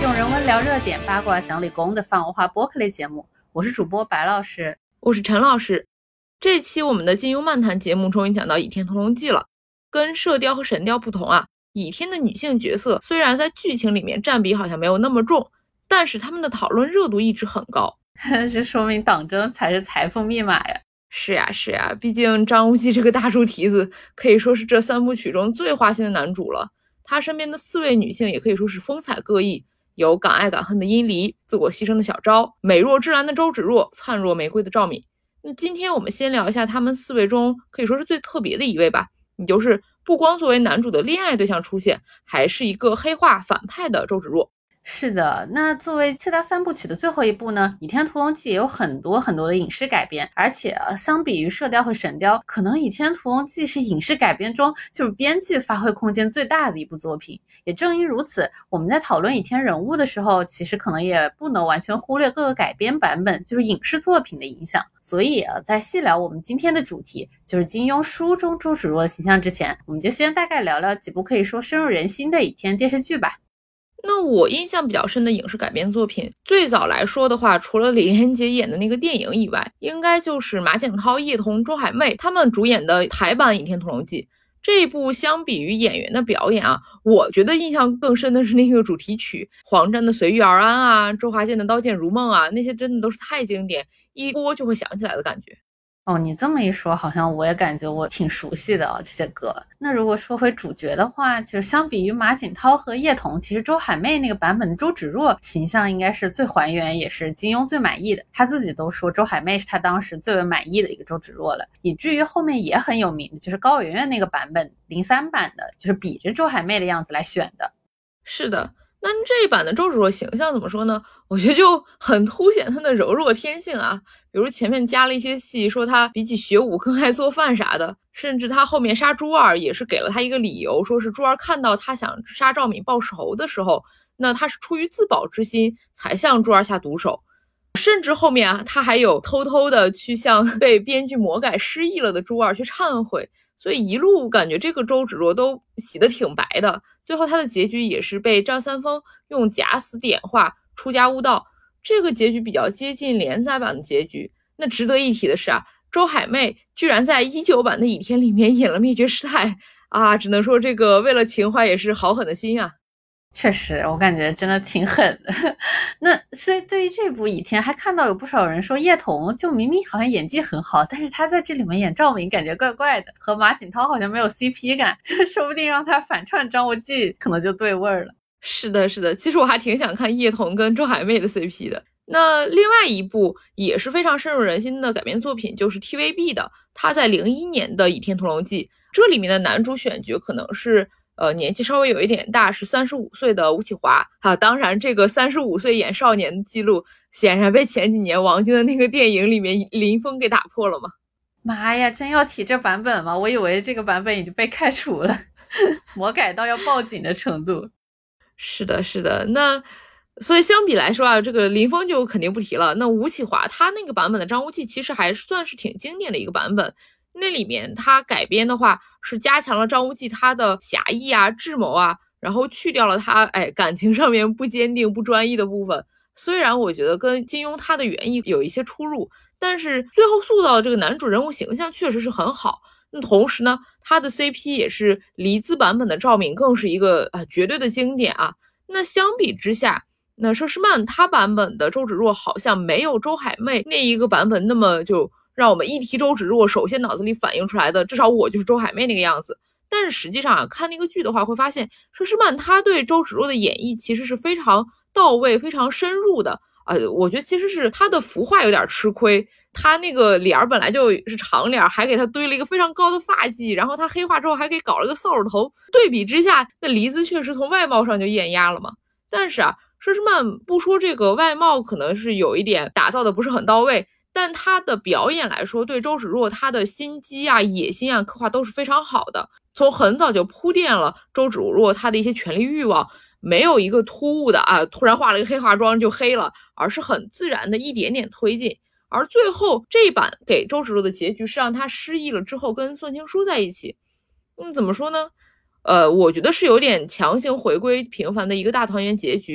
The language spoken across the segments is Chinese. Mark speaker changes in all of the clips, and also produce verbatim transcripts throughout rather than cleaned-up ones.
Speaker 1: 用人文聊热点，八卦讲理工的泛文化播客类节目。我是主播白老师，
Speaker 2: 我是陈老师。这期我们的金庸漫谈节目终于讲到倚天屠龙记了。跟射雕和神雕不同啊，倚天的女性角色虽然在剧情里面占比好像没有那么重，但是他们的讨论热度一直很高。
Speaker 1: 这说明党争才是财富密码呀。
Speaker 2: 是呀是呀，毕竟张无忌这个大猪蹄子可以说是这三部曲中最花心的男主了。他身边的四位女性也可以说是风采各异，有敢爱敢恨的殷离，自我牺牲的小昭，美若芝兰的周芷若，灿若玫瑰的赵敏。那今天我们先聊一下他们四位中可以说是最特别的一位吧，也就是不光作为男主的恋爱对象出现，还是一个黑化反派的周芷若。
Speaker 1: 是的，那作为射雕三部曲的最后一部呢，倚天屠龙记也有很多很多的影视改编，而且、啊、相比于射雕和神雕，可能倚天屠龙记是影视改编中就是编剧发挥空间最大的一部作品。也正因如此，我们在讨论倚天人物的时候，其实可能也不能完全忽略各个改编版本就是影视作品的影响。所以啊，在细聊我们今天的主题就是金庸书中周芷若的形象之前，我们就先大概聊聊几部可以说深入人心的倚天电视剧吧。
Speaker 2: 那我印象比较深的影视改编作品，最早来说的话，除了李连杰演的那个电影以外，应该就是马景涛、叶童、周海媚他们主演的台版《倚天屠龙记》。这一部相比于演员的表演啊，我觉得印象更深的是那个主题曲，黄沾的《随遇而安》啊，周华健的《刀剑如梦》啊，那些真的都是太经典，一播就会想起来的感觉。
Speaker 1: 哦，你这么一说，好像我也感觉我挺熟悉的啊，这些歌。那如果说回主角的话，就是相比于马景涛和叶童，其实周海媚那个版本的周芷若形象应该是最还原，也是金庸最满意的。他自己都说周海媚是他当时最为满意的一个周芷若了，以至于后面也很有名的就是高圆圆那个版本零三版的，就是比着周海媚的样子来选的。
Speaker 2: 是的。那这一版的周芷若形象怎么说呢？我觉得就很凸显她的柔弱天性啊，比如前面加了一些戏，说她比起学武更爱做饭啥的，甚至她后面杀朱二也是给了她一个理由，说是朱二看到她想杀赵敏报仇的时候，那她是出于自保之心才向朱二下毒手。甚至后面啊，他还有偷偷的去向被编剧魔改失忆了的朱二去忏悔，所以一路感觉这个周芷若都洗得挺白的。最后他的结局也是被张三丰用假死点化，出家悟道，这个结局比较接近连载版的结局。那值得一提的是啊，周海媚居然在一九版的倚天里面演了灭绝师太啊，只能说这个为了情怀也是好狠的心啊。
Speaker 1: 确实，我感觉真的挺狠的。那所以对于这部倚天，还看到有不少人说叶童就明明好像演技很好，但是他在这里面演赵敏感觉怪怪的，和马景涛好像没有 C P 感，说不定让他反串张无忌可能就对味儿了。
Speaker 2: 是的是的，其实我还挺想看叶童跟周海媚的 C P 的。那另外一部也是非常深入人心的改编作品，就是 T V B 的，他在零一年的《倚天屠龙记》，这里面的男主选角可能是呃，年纪稍微有一点大，是三十五岁的吴启华啊。当然，这个三十五岁演少年的记录，显然被前几年王晶的那个电影里面林峰给打破了嘛。
Speaker 1: 妈呀，真要提这版本吗？我以为这个版本已经被开除了，魔改到要报警的程度。
Speaker 2: 是的，是的。那所以相比来说啊，这个林峰就肯定不提了。那吴启华他那个版本的张无忌，其实还算是挺经典的一个版本。那里面他改编的话是加强了张无忌他的侠义啊、智谋啊，然后去掉了他哎感情上面不坚定、不专一的部分。虽然我觉得跟金庸他的原意有一些出入，但是最后塑造的这个男主人物形象确实是很好。那同时呢，他的 C P 也是黎姿版本的赵敏更是一个啊绝对的经典啊。那相比之下，那佘诗曼他版本的周芷若好像没有周海媚那一个版本那么就让我们一提周芷若首先脑子里反映出来的，至少我就是周海媚那个样子。但是实际上啊，看那个剧的话会发现佘诗曼他对周芷若的演绎其实是非常到位、非常深入的啊、呃。我觉得其实是他的服化有点吃亏，他那个脸本来就是长脸，还给他堆了一个非常高的发髻，然后他黑化之后还给搞了个扫帚头，对比之下，那黎姿确实从外貌上就艳压了嘛。但是啊，佘诗曼不说这个外貌可能是有一点打造的不是很到位，但他的表演来说，对周芷若他的心机啊、野心啊刻画都是非常好的。从很早就铺垫了周芷若他的一些权力欲望，没有一个突兀的啊，突然化了一个黑化妆就黑了，而是很自然的一点点推进。而最后这一版给周芷若的结局是让他失忆了之后跟宋青书在一起。嗯，怎么说呢？呃，我觉得是有点强行回归平凡的一个大团圆结局。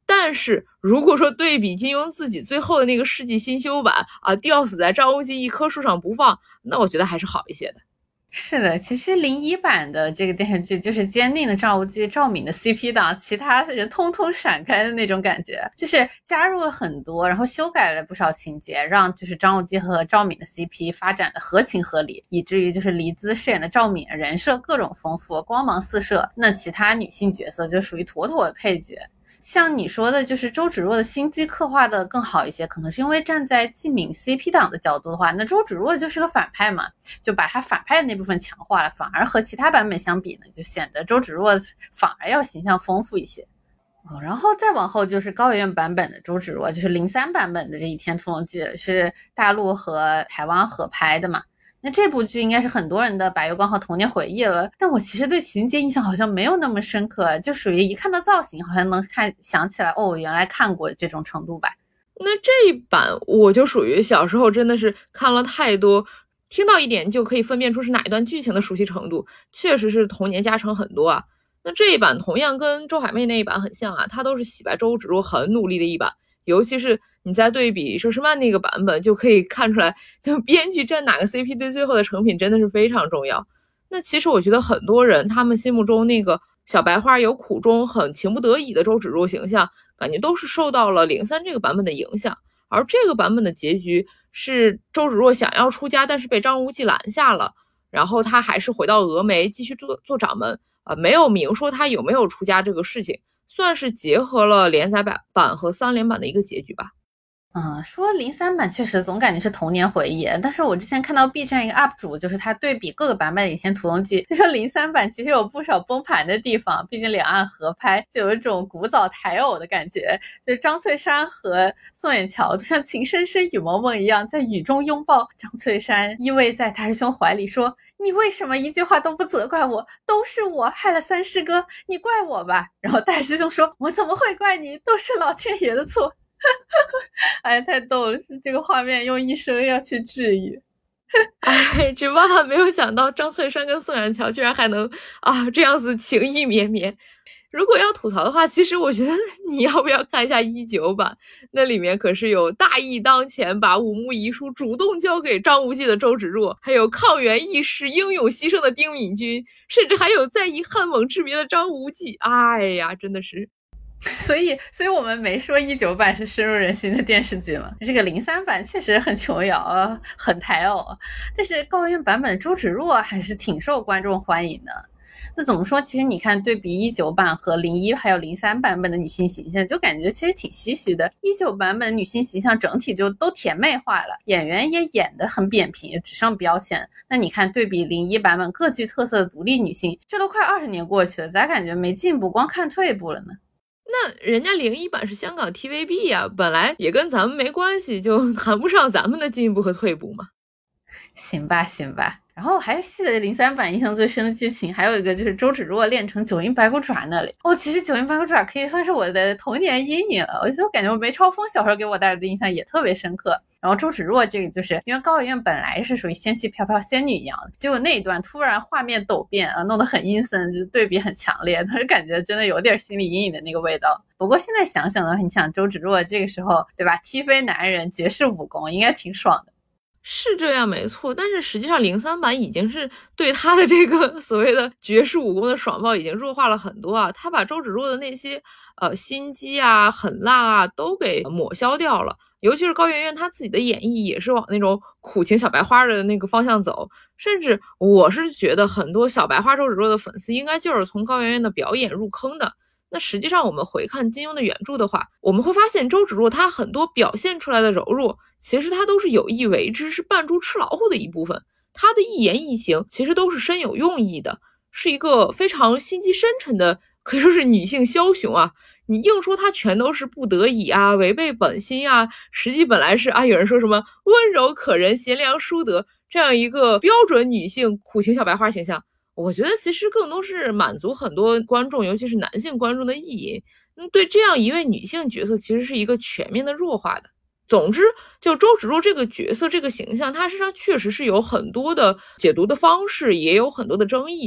Speaker 2: 但是如果说对比金庸自己最后的那个世纪新修版啊，吊死在张无忌一棵树上不放，那我觉得还是好一些的。
Speaker 1: 是的，其实零一版的这个电视剧就是坚定的张无忌、赵敏的 C P 档，其他人通通闪开的那种感觉，就是加入了很多，然后修改了不少情节，让就是张无忌和赵敏的 C P 发展的合情合理，以至于就是黎姿饰演的赵敏人设各种丰富，光芒四射，那其他女性角色就属于妥妥的配角。像你说的，就是周芷若的心机刻画的更好一些，可能是因为站在季敏 C P 党的角度的话，那周芷若就是个反派嘛，就把他反派的那部分强化了，反而和其他版本相比呢，就显得周芷若反而要形象丰富一些。哦，然后再往后就是高圆圆版本的周芷若，就是零三版本的这《倚天屠龙记》是大陆和台湾合拍的嘛。那这部剧应该是很多人的白月光和童年回忆了，但我其实对情节印象好像没有那么深刻，就属于一看到造型好像能看想起来，哦，原来看过这种程度吧。
Speaker 2: 那这一版我就属于小时候真的是看了太多，听到一点就可以分辨出是哪一段剧情的熟悉程度，确实是童年加成很多啊。那这一版同样跟周海媚那一版很像啊，它都是洗白周芷若很努力的一版，尤其是你在对比佘诗曼那个版本，就可以看出来，就编剧站哪个 C P 对最后的成品真的是非常重要。那其实我觉得很多人他们心目中那个小白花有苦衷、很情不得已的周芷若形象，感觉都是受到了零三这个版本的影响。而这个版本的结局是周芷若想要出家，但是被张无忌拦下了，然后他还是回到峨眉继续做做掌门，呃，没有明说他有没有出家这个事情，算是结合了连载版版和三连版的一个结局吧。
Speaker 1: 嗯，说零三版确实总感觉是童年回忆，但是我之前看到 B 站一个 U P 主，就是他对比各个版本的《倚天屠龙记》，就说零三版其实有不少崩盘的地方，毕竟两岸合拍，就有一种古早台偶的感觉，就张翠山和宋琰桥就像情深深雨蒙蒙一样，在雨中拥抱，张翠山依偎在大师兄怀里说，你为什么一句话都不责怪我？都是我害了三师哥，你怪我吧。然后大师兄说，我怎么会怪你，都是老天爷的错。哎，太逗了，这个画面用一生要去治愈。
Speaker 2: 哎，只万万没有想到张翠山跟宋琰桥居然还能啊这样子情意绵绵。如果要吐槽的话，其实我觉得你要不要看一下一九版，那里面可是有大义当前把武穆遗书主动交给张无忌的周芷若，还有抗元义士英勇牺牲的丁敏君，甚至还有在意汉猛之别的张无忌。哎呀，真的是
Speaker 1: 所以所以我们没说一九版是深入人心的电视剧嘛，这个零三版确实很琼瑶，很台偶，但是高圆圆版本的周芷若还是挺受观众欢迎的。那怎么说，其实你看对比一九版和零一还有零三版本的女性形象，就感觉其实挺唏嘘的。一九版本的女性形象整体就都甜妹化了，演员也演得很扁平，只剩标签。那你看对比零一版本各具特色的独立女性，这都快二十年过去了，咋感觉没进步，光看退步了呢？
Speaker 2: 那人家零一版是香港 T V B 呀、啊，本来也跟咱们没关系，就谈不上咱们的进步和退步嘛。
Speaker 1: 行吧行吧。然后还记得零三版印象最深的剧情，还有一个就是周芷若练成九阴白骨爪那里。哦，其实九阴白骨爪可以算是我的童年阴影了。我就感觉梅超风小时候给我带来的印象也特别深刻。然后周芷若这个就是因为高圆圆本来是属于仙气飘飘仙女一样的，结果那一段突然画面陡变啊，弄得很阴森，就对比很强烈，他就感觉真的有点心理阴影的那个味道。不过现在想想呢，你想周芷若这个时候对吧，踢飞男人绝世武功应该挺爽的。
Speaker 2: 是这样没错，但是实际上零三版已经是对他的这个所谓的绝世武功的爽爆已经弱化了很多啊，他把周芷若的那些呃心机啊狠辣啊都给抹消掉了，尤其是高圆圆她自己的演绎也是往那种苦情小白花的那个方向走，甚至我是觉得很多小白花周芷若的粉丝应该就是从高圆圆的表演入坑的。那实际上我们回看金庸的原著的话，我们会发现周芷若她很多表现出来的柔弱，其实她都是有意为之，是扮猪吃老虎的一部分。她的一言一行其实都是深有用意的，是一个非常心机深沉的，可以说是女性枭雄啊。你硬说她全都是不得已啊，违背本心啊，实际本来是啊，有人说什么温柔可人、贤良淑德这样一个标准女性苦情小白花形象。我觉得其实更多是满足很多观众，尤其是男性观众的意淫。嗯，对这样一位女性角色，其实是一个全面的弱化的。总之，就周芷若这个角色、这个形象，她身上确实是有很多的解读的方式，也有很多的争议。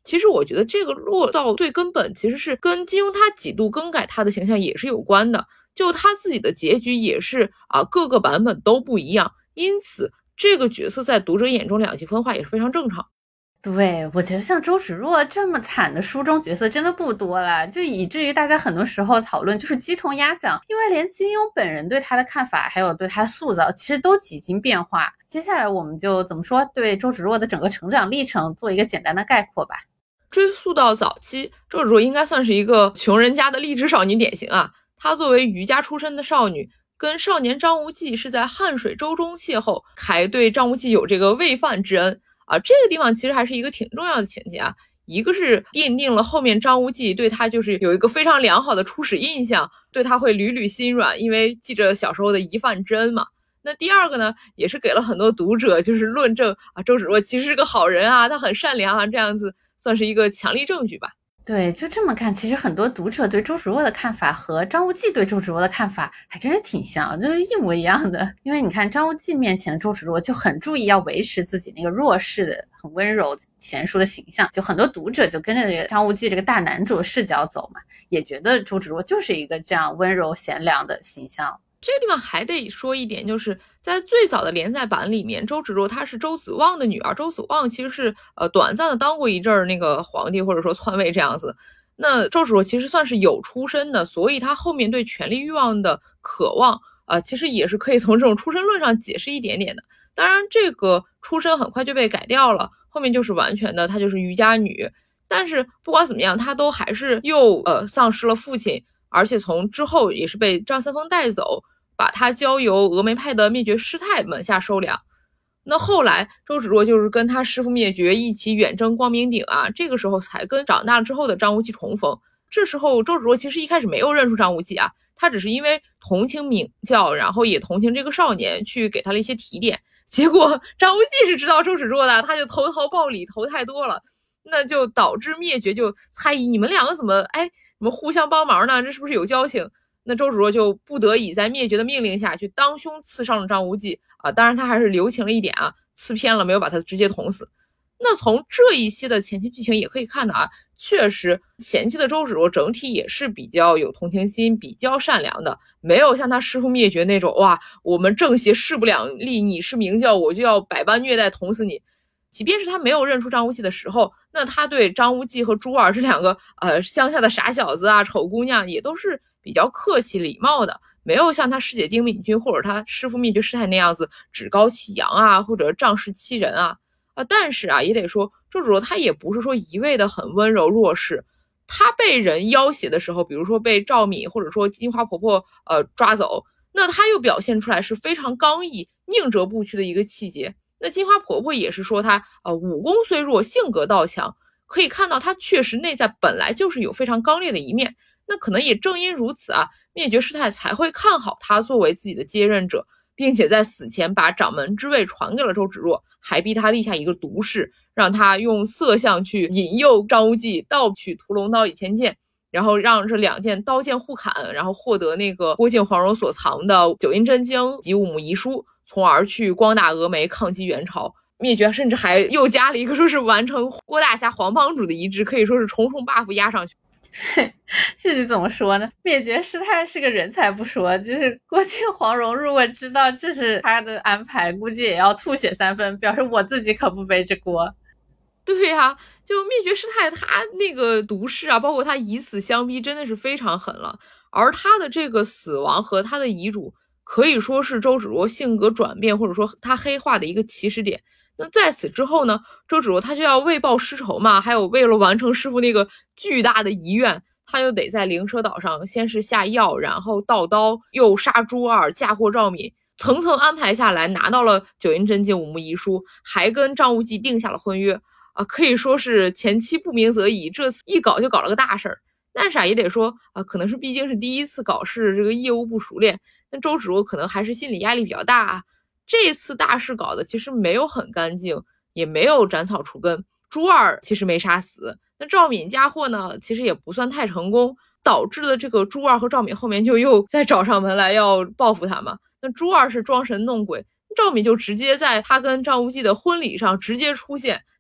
Speaker 2: 其实我觉得这个落到最根本，其实是跟金庸他几度更改他的形象也是有关的。就他自己的结局也是啊，各个版本都不一样，因此这个角色在读者眼中两极分化也是非常正常。
Speaker 1: 对，我觉得像周芷若这么惨的书中角色真的不多了，就以至于大家很多时候讨论就是鸡同鸭讲，因为连金庸本人对他的看法还有对他的塑造其实都几经变化。接下来我们就怎么说对周芷若的整个成长历程做一个简单的概括吧。
Speaker 2: 追溯到早期，周芷若应该算是一个穷人家的励志少女典型啊。她作为渔家出身的少女，跟少年张无忌是在汉水舟中邂逅，还对张无忌有这个喂饭之恩啊。这个地方其实还是一个挺重要的情节啊。一个是奠定了后面张无忌对他就是有一个非常良好的初始印象，对他会屡屡心软，因为记着小时候的一饭之恩嘛。那第二个呢，也是给了很多读者就是论证啊，周芷若其实是个好人啊，她很善良啊，这样子算是一个强力证据吧。
Speaker 1: 对，就这么看，其实很多读者对周芷若的看法和张无忌对周芷若的看法还真是挺像，就是一模一样的。因为你看张无忌面前的周芷若就很注意要维持自己那个弱势的很温柔贤淑的形象，就很多读者就跟着张无忌这个大男主的视角走嘛，也觉得周芷若就是一个这样温柔贤良的形象。
Speaker 2: 这个地方还得说一点，就是在最早的连载版里面，周芷若她是周子旺的女儿，周子旺其实是呃短暂的当过一阵儿那个皇帝或者说篡位这样子。那周芷若其实算是有出身的，所以她后面对权力欲望的渴望啊、呃，其实也是可以从这种出身论上解释一点点的。当然，这个出身很快就被改掉了，后面就是完全的她就是渔家女。但是不管怎么样，她都还是又呃丧失了父亲，而且从之后也是被张三丰带走。把他交由峨眉派的灭绝师太门下收养。那后来周芷若就是跟他师父灭绝一起远征光明顶啊，这个时候才跟长大之后的张无忌重逢。这时候周芷若其实一开始没有认出张无忌啊，他只是因为同情明教，然后也同情这个少年，去给他了一些提点。结果张无忌是知道周芷若的，他就投桃报李投太多了，那就导致灭绝就猜疑你们两个怎么哎你们互相帮忙呢？这是不是有交情？那周芷若就不得已在灭绝的命令下去当胸刺伤了张无忌啊，当然他还是留情了一点啊，刺偏了，没有把他直接捅死。那从这一些的前期剧情也可以看到啊，确实前期的周芷若整体也是比较有同情心，比较善良的，没有像他师父灭绝那种哇，我们正邪势不两立，你是明教，我就要百般虐待捅死你。即便是他没有认出张无忌的时候，那他对张无忌和珠儿这两个呃乡下的傻小子啊、丑姑娘也都是比较客气礼貌的，没有像他师姐丁敏君或者他师父灭绝师太那样子趾高气扬啊，或者仗势欺人啊啊！但是啊，也得说周芷若他也不是说一味的很温柔弱势，他被人要挟的时候，比如说被赵敏或者说金花婆婆呃抓走，那他又表现出来是非常刚毅、宁折不屈的一个气节。那金花婆婆也是说她呃武功虽弱，性格倒强，可以看到她确实内在本来就是有非常刚烈的一面。那可能也正因如此啊，灭绝师太才会看好她作为自己的接任者，并且在死前把掌门之位传给了周芷若，还逼她立下一个毒誓，让她用色相去引诱张无忌盗取屠龙刀倚天剑，然后让这两件刀剑互砍，然后获得那个郭靖黄蓉所藏的九阴真经及五母遗书，从而去光大峨眉抗击元朝。灭绝甚至还又加了一个说是完成郭大侠黄帮主的遗志，可以说是重重 buff 压上去。
Speaker 1: 这是怎么说呢？灭绝师太是个人才不说，就是郭靖黄蓉如果知道这是他的安排，估计也要吐血三分，表示我自己可不背这锅。
Speaker 2: 对呀、啊，就灭绝师太他那个毒誓啊，包括他以死相逼，真的是非常狠了。而他的这个死亡和他的遗嘱，可以说是周芷若性格转变或者说他黑化的一个起始点。那在此之后呢，周芷若他就要为报师仇嘛，还有为了完成师父那个巨大的遗愿，他就得在灵蛇岛上先是下药，然后盗刀，又杀朱二，嫁祸赵敏，层层安排下来，拿到了九阴真经五母遗书，还跟张无忌定下了婚约啊，可以说是前期不鸣则已，这次一搞就搞了个大事儿。但是啊，也得说啊，可能是毕竟是第一次搞事，这个业务不熟练，那周芷若可能还是心理压力比较大啊。这次大事搞的其实没有很干净，也没有斩草除根。朱二其实没杀死，那赵敏嫁祸呢，其实也不算太成功，导致了这个朱二和赵敏后面就又再找上门来要报复他嘛。那朱二是装神弄鬼，赵敏就直接在他跟张无忌的婚礼上直接出现，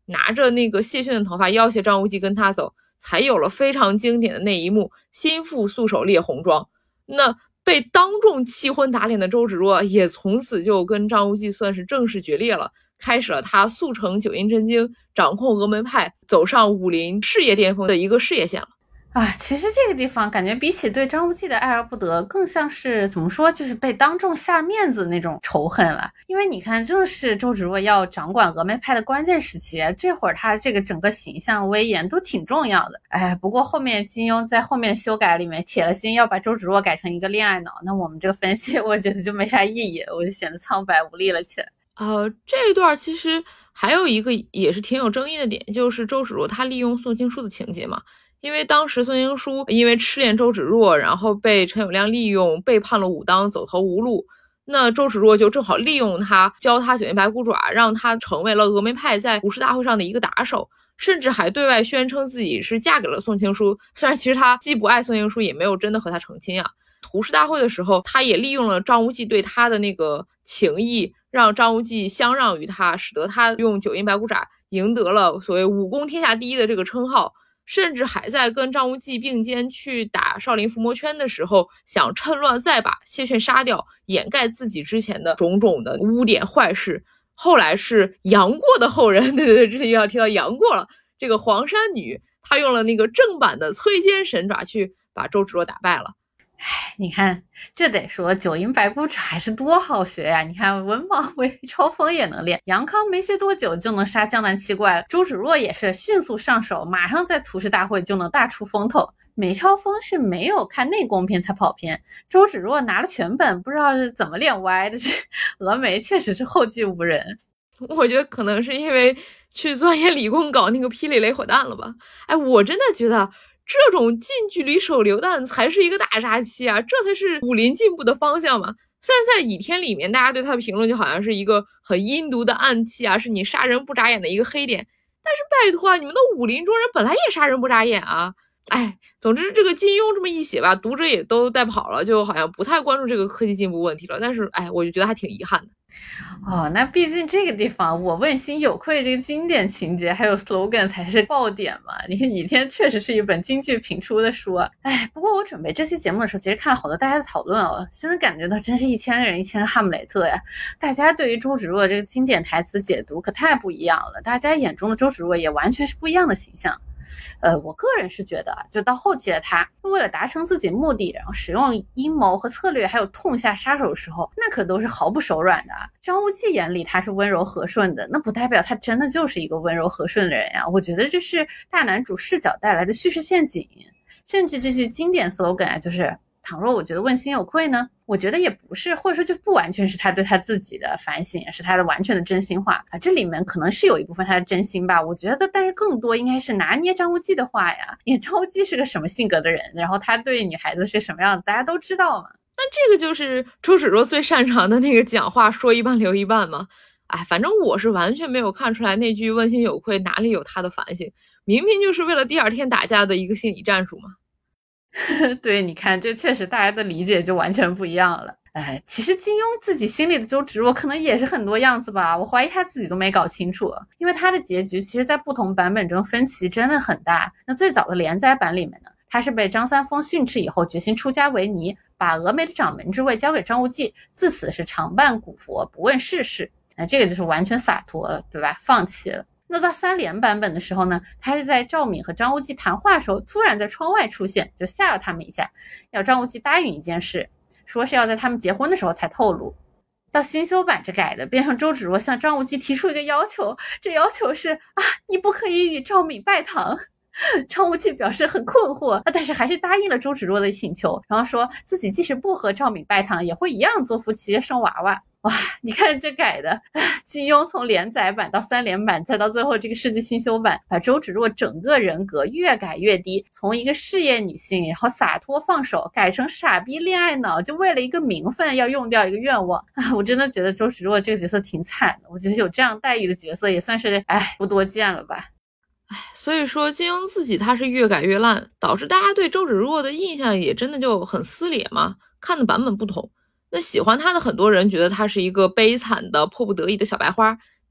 Speaker 2: 拿着那个谢逊的头发要挟张无忌跟他走，才有了非常经典的那一幕心腹素手猎红妆。那被当众气昏打脸的周芷若也从此就跟张无忌算是正式决裂了，开始了他速成九阴真经，掌控峨眉派，走上武林事业巅峰的一个事业线了。
Speaker 1: 啊，其实这个地方感觉比起对张无忌的爱而不得，更像是怎么说，就是被当众下面子那种仇恨了。因为你看，正是周芷若要掌管峨眉派的关键时期，这会儿他这个整个形象威严都挺重要的。哎，不过后面金庸在后面修改里面铁了心要把周芷若改成一个恋爱脑，那我们这个分析我觉得就没啥意义，我就显得苍白无力了起来。
Speaker 2: 呃，这一段其实还有一个也是挺有争议的点，就是周芷若他利用宋青书的情节嘛。因为当时宋青书因为痴恋周芷若，然后被陈友谅利用，背叛了武当，走投无路。那周芷若就正好利用他，教他九阴白骨爪，让他成为了峨眉派在武士大会上的一个打手，甚至还对外宣称自己是嫁给了宋青书。虽然其实他既不爱宋青书，也没有真的和他成亲啊。屠氏大会的时候，他也利用了张无忌对他的那个情谊，让张无忌相让于他，使得他用九阴白骨爪赢得了所谓武功天下第一的这个称号。甚至还在跟张无忌并肩去打少林伏魔圈的时候，想趁乱再把谢逊杀掉，掩盖自己之前的种种的污点坏事。后来是杨过的后人，对对对，这里要提到杨过了。这个黄衫女，她用了那个正版的摧坚神爪去把周芷若打败了。
Speaker 1: 唉，你看，这得说九阴白骨爪还是多好学呀！你看文王韦超风也能练，杨康没学多久就能杀江南七怪了，周芷若也是迅速上手，马上在屠氏大会就能大出风头。梅超风是没有看内功片才跑偏，周芷若拿了全本，不知道是怎么练歪的，这峨眉确实是后继无人。
Speaker 2: 我觉得可能是因为去钻研理工搞那个霹雳雷火弹了吧。哎，我真的觉得这种近距离手榴弹才是一个大杀器啊，这才是武林进步的方向嘛。虽然在倚天里面大家对他的评论就好像是一个很阴毒的暗器啊，是你杀人不眨眼的一个黑点，但是拜托啊，你们的武林中人本来也杀人不眨眼啊。哎，总之这个金庸这么一写吧，读者也都带跑了，就好像不太关注这个科技进步问题了。但是哎，我就觉得还挺遗憾的。
Speaker 1: 哦，那毕竟这个地方我问心有愧这个经典情节还有 slogan 才是爆点嘛。你看倚天确实是一本京剧频出的书。哎，不过我准备这期节目的时候，其实看了好多大家的讨论哦，现在感觉到真是一千个人一千个哈姆雷特呀。大家对于周芷若这个经典台词解读可太不一样了，大家眼中的周芷若也完全是不一样的形象。呃，我个人是觉得，就到后期的他，为了达成自己目的，然后使用阴谋和策略，还有痛下杀手的时候，那可都是毫不手软的。张无忌眼里他是温柔和顺的，那不代表他真的就是一个温柔和顺的人呀。我觉得这是大男主视角带来的叙事陷阱，甚至这句经典 slogan 啊，就是倘若我觉得问心有愧呢，我觉得也不是，或者说就不完全是他对他自己的反省，是他的完全的真心话啊。这里面可能是有一部分他的真心吧，我觉得，但是更多应该是拿捏张无忌的话呀。因为张无忌是个什么性格的人，然后他对女孩子是什么样子，大家都知道嘛。
Speaker 2: 那这个就是周芷若最擅长的那个讲话说一半留一半嘛。哎，反正我是完全没有看出来那句问心有愧哪里有他的反省，明明就是为了第二天打架的一个心理战术嘛。
Speaker 1: 对，你看这确实大家的理解就完全不一样了。哎，其实金庸自己心里的周芷若可能也是很多样子吧，我怀疑他自己都没搞清楚，因为他的结局其实在不同版本中分歧真的很大。那最早的连载版里面呢，他是被张三丰训斥以后决心出家为尼，把峨眉的掌门之位交给张无忌，自此是常伴古佛，不问世事。那这个就是完全洒脱了，对吧？放弃了。那到三连版本的时候呢，他是在赵敏和张无忌谈话的时候突然在窗外出现，就吓了他们一下，要张无忌答应一件事，说是要在他们结婚的时候才透露。到新修版这改的，变成周芷若向张无忌提出一个要求，这要求是啊，你不可以与赵敏拜堂。张无忌表示很困惑，但是还是答应了周芷若的请求，然后说自己即使不和赵敏拜堂，也会一样做夫妻生娃娃。哇，你看这改的，金庸从连载版到三连版，再到最后这个世纪新修版，把周芷若整个人格越改越低，从一个事业女性，然后洒脱放手，改成傻逼恋爱脑，就为了一个名分要用掉一个愿望啊！我真的觉得周芷若这个角色挺惨的，我觉得有这样待遇的角色也算是哎不多见了吧。
Speaker 2: 哎，所以说金庸自己他是越改越烂，导致大家对周芷若的印象也真的就很撕裂嘛，看的版本不同。那喜欢他的很多人觉得他是一个悲惨的迫不得已的小白花，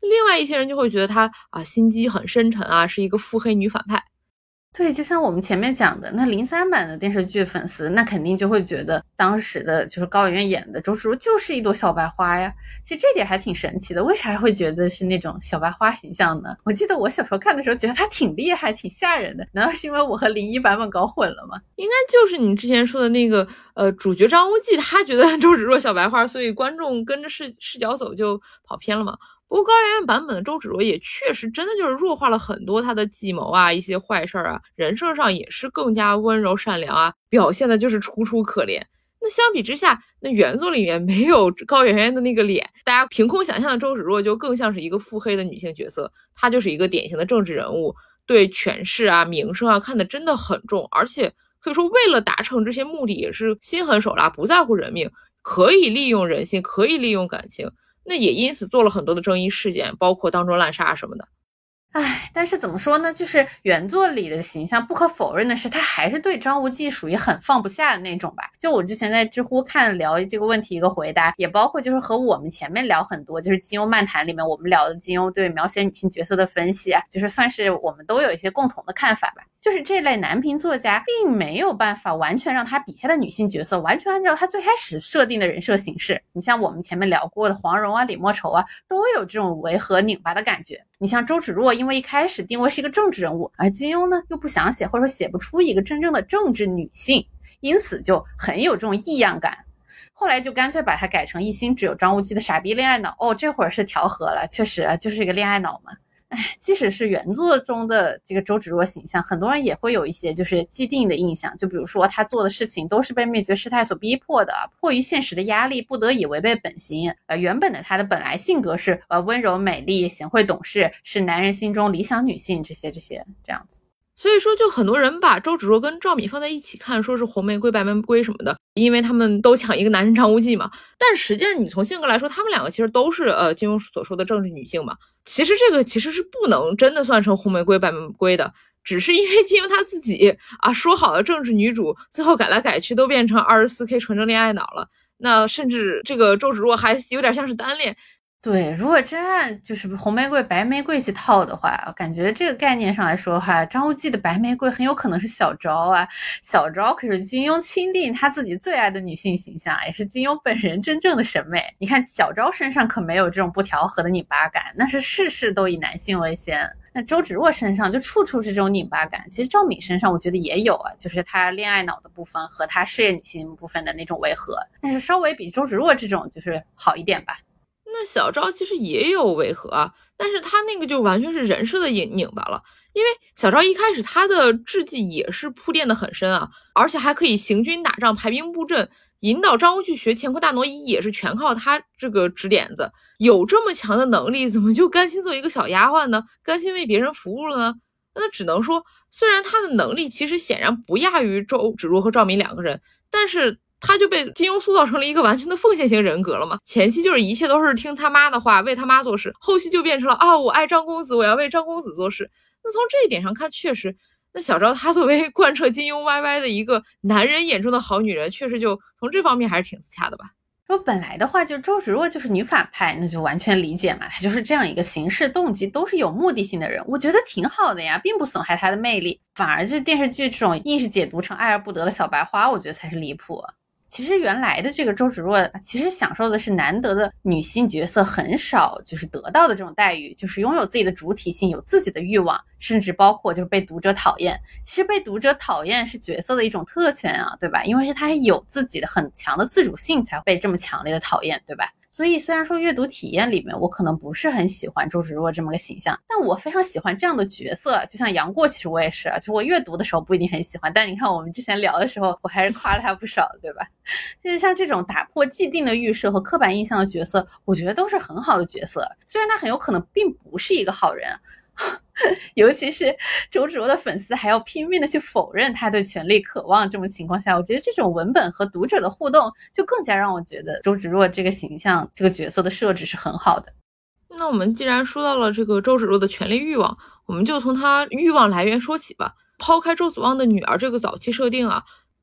Speaker 2: 另外一些人就会觉得她啊心机很深沉啊，是一个腹黑女反派。
Speaker 1: 对，就像我们前面讲的，那零三版的电视剧粉丝，那肯定就会觉得当时的就是高圆圆演的周芷若就是一朵小白花呀。其实这点还挺神奇的，为啥会觉得是那种小白花形象呢？我记得我小时候看的时候觉得她挺厉害挺吓人的，难道是因为我和零一版本搞混了吗？
Speaker 2: 应该就是你之前说的那个呃主角张无忌，他觉得周芷若小白花，所以观众跟着视视角走就跑偏了嘛。不过高圆圆版本的周芷若也确实真的就是弱化了很多她的计谋啊，一些坏事啊，人设上也是更加温柔善良啊，表现的就是楚楚可怜。那相比之下，那原作里面没有高圆圆的那个脸，大家凭空想象的周芷若就更像是一个腹黑的女性角色，她就是一个典型的政治人物，对权势啊名声啊看得真的很重，而且可以说为了达成这些目的也是心狠手辣，不在乎人命，可以利用人性，可以利用感情，那也因此做了很多的争议事件，包括当众滥杀什么的。
Speaker 1: 唉，但是怎么说呢，就是原作里的形象不可否认的是，他还是对张无忌属于很放不下的那种吧。就我之前在知乎看聊这个问题一个回答，也包括就是和我们前面聊很多，就是金庸漫谈里面我们聊的金庸对描写女性角色的分析啊，就是算是我们都有一些共同的看法吧。就是这类男频作家并没有办法完全让他笔下的女性角色完全按照他最开始设定的人设形式。你像我们前面聊过的黄蓉啊、李莫愁啊，都有这种违和拧巴的感觉。你像周芷若，因为一开始定位是一个政治人物，而金庸呢又不想写，或者说写不出一个真正的政治女性，因此就很有这种异样感。后来就干脆把它改成一心只有张无忌的傻逼恋爱脑。哦，这会儿是调和了，确实就是一个恋爱脑嘛。哎，即使是原作中的这个周芷若形象，很多人也会有一些就是既定的印象，就比如说他做的事情都是被灭绝师太所逼迫的，迫于现实的压力，不得已违背本心。呃，原本的他的本来性格是呃温柔美丽、贤惠懂事，是男人心中理想女性，这些这些这样子。
Speaker 2: 所以说就很多人把周芷若跟赵敏放在一起看，说是红玫瑰白玫瑰什么的，因为他们都抢一个男人张无忌嘛。但实际上你从性格来说，他们两个其实都是呃金庸所说的政治女性嘛。其实这个其实是不能真的算成红玫瑰白玫瑰的，只是因为金庸他自己啊说好的政治女主，最后改来改去都变成 二十四K 纯正恋爱脑了。那甚至这个周芷若还有点像是单恋。
Speaker 1: 对，如果真按就是红玫瑰白玫瑰去套的话，感觉这个概念上来说的话，张无忌的白玫瑰很有可能是小昭啊。小昭可是金庸钦定他自己最爱的女性形象，也是金庸本人真正的审美。你看小昭身上可没有这种不调和的拧巴感，那是事事都以男性为先。那周芷若身上就处处是这种拧巴感，其实赵敏身上我觉得也有啊，就是她恋爱脑的部分和她事业女性部分的那种违和，但是稍微比周芷若这种就是好一点吧。
Speaker 2: 那小昭其实也有违和啊，但是他那个就完全是人设的拧拧巴了。因为小昭一开始他的智计也是铺垫的很深啊，而且还可以行军打仗、排兵布阵，引导张无忌学乾坤大挪移也是全靠他这个指点子。有这么强的能力，怎么就甘心做一个小丫鬟呢？甘心为别人服务了呢？那只能说，虽然他的能力其实显然不亚于周芷若和赵敏两个人，但是他就被金庸塑造成了一个完全的奉献型人格了嘛。前期就是一切都是听他妈的话，为他妈做事，后期就变成了啊，我爱张公子，我要为张公子做事。那从这一点上看，确实那小昭她作为贯彻金庸歪歪的一个男人眼中的好女人，确实就从这方面还是挺自洽的吧。
Speaker 1: 如果本来的话，就周芷若就是女反派，那就完全理解嘛，她就是这样一个行事动机都是有目的性的人，我觉得挺好的呀，并不损害她的魅力。反而是电视剧这种硬是解读成爱而不得的小白花，我觉得才是离谱。其实原来的这个周芷若其实享受的是难得的女性角色很少就是得到的这种待遇，就是拥有自己的主体性，有自己的欲望，甚至包括就是被读者讨厌。其实被读者讨厌是角色的一种特权啊，对吧？因为是他是有自己的很强的自主性才被这么强烈的讨厌，对吧？所以虽然说阅读体验里面我可能不是很喜欢周芷若这么个形象，但我非常喜欢这样的角色。就像杨过，其实我也是啊，就我阅读的时候不一定很喜欢，但你看我们之前聊的时候我还是夸了他不少，对吧？就是像这种打破既定的预设和刻板印象的角色，我觉得都是很好的角色，虽然他很有可能并不是一个好人尤其是周芷若的粉丝还要拼命的去否认他对权力渴望，这么情况下，我觉得这种文本和读者的互动就更加让我觉得周芷若这个形象这个角色的设置是很好的。
Speaker 2: 那我们既然说到了这个周芷若的权力欲望，我们就从她欲望来源说起吧。抛开周子旺的女儿这个早期设定啊，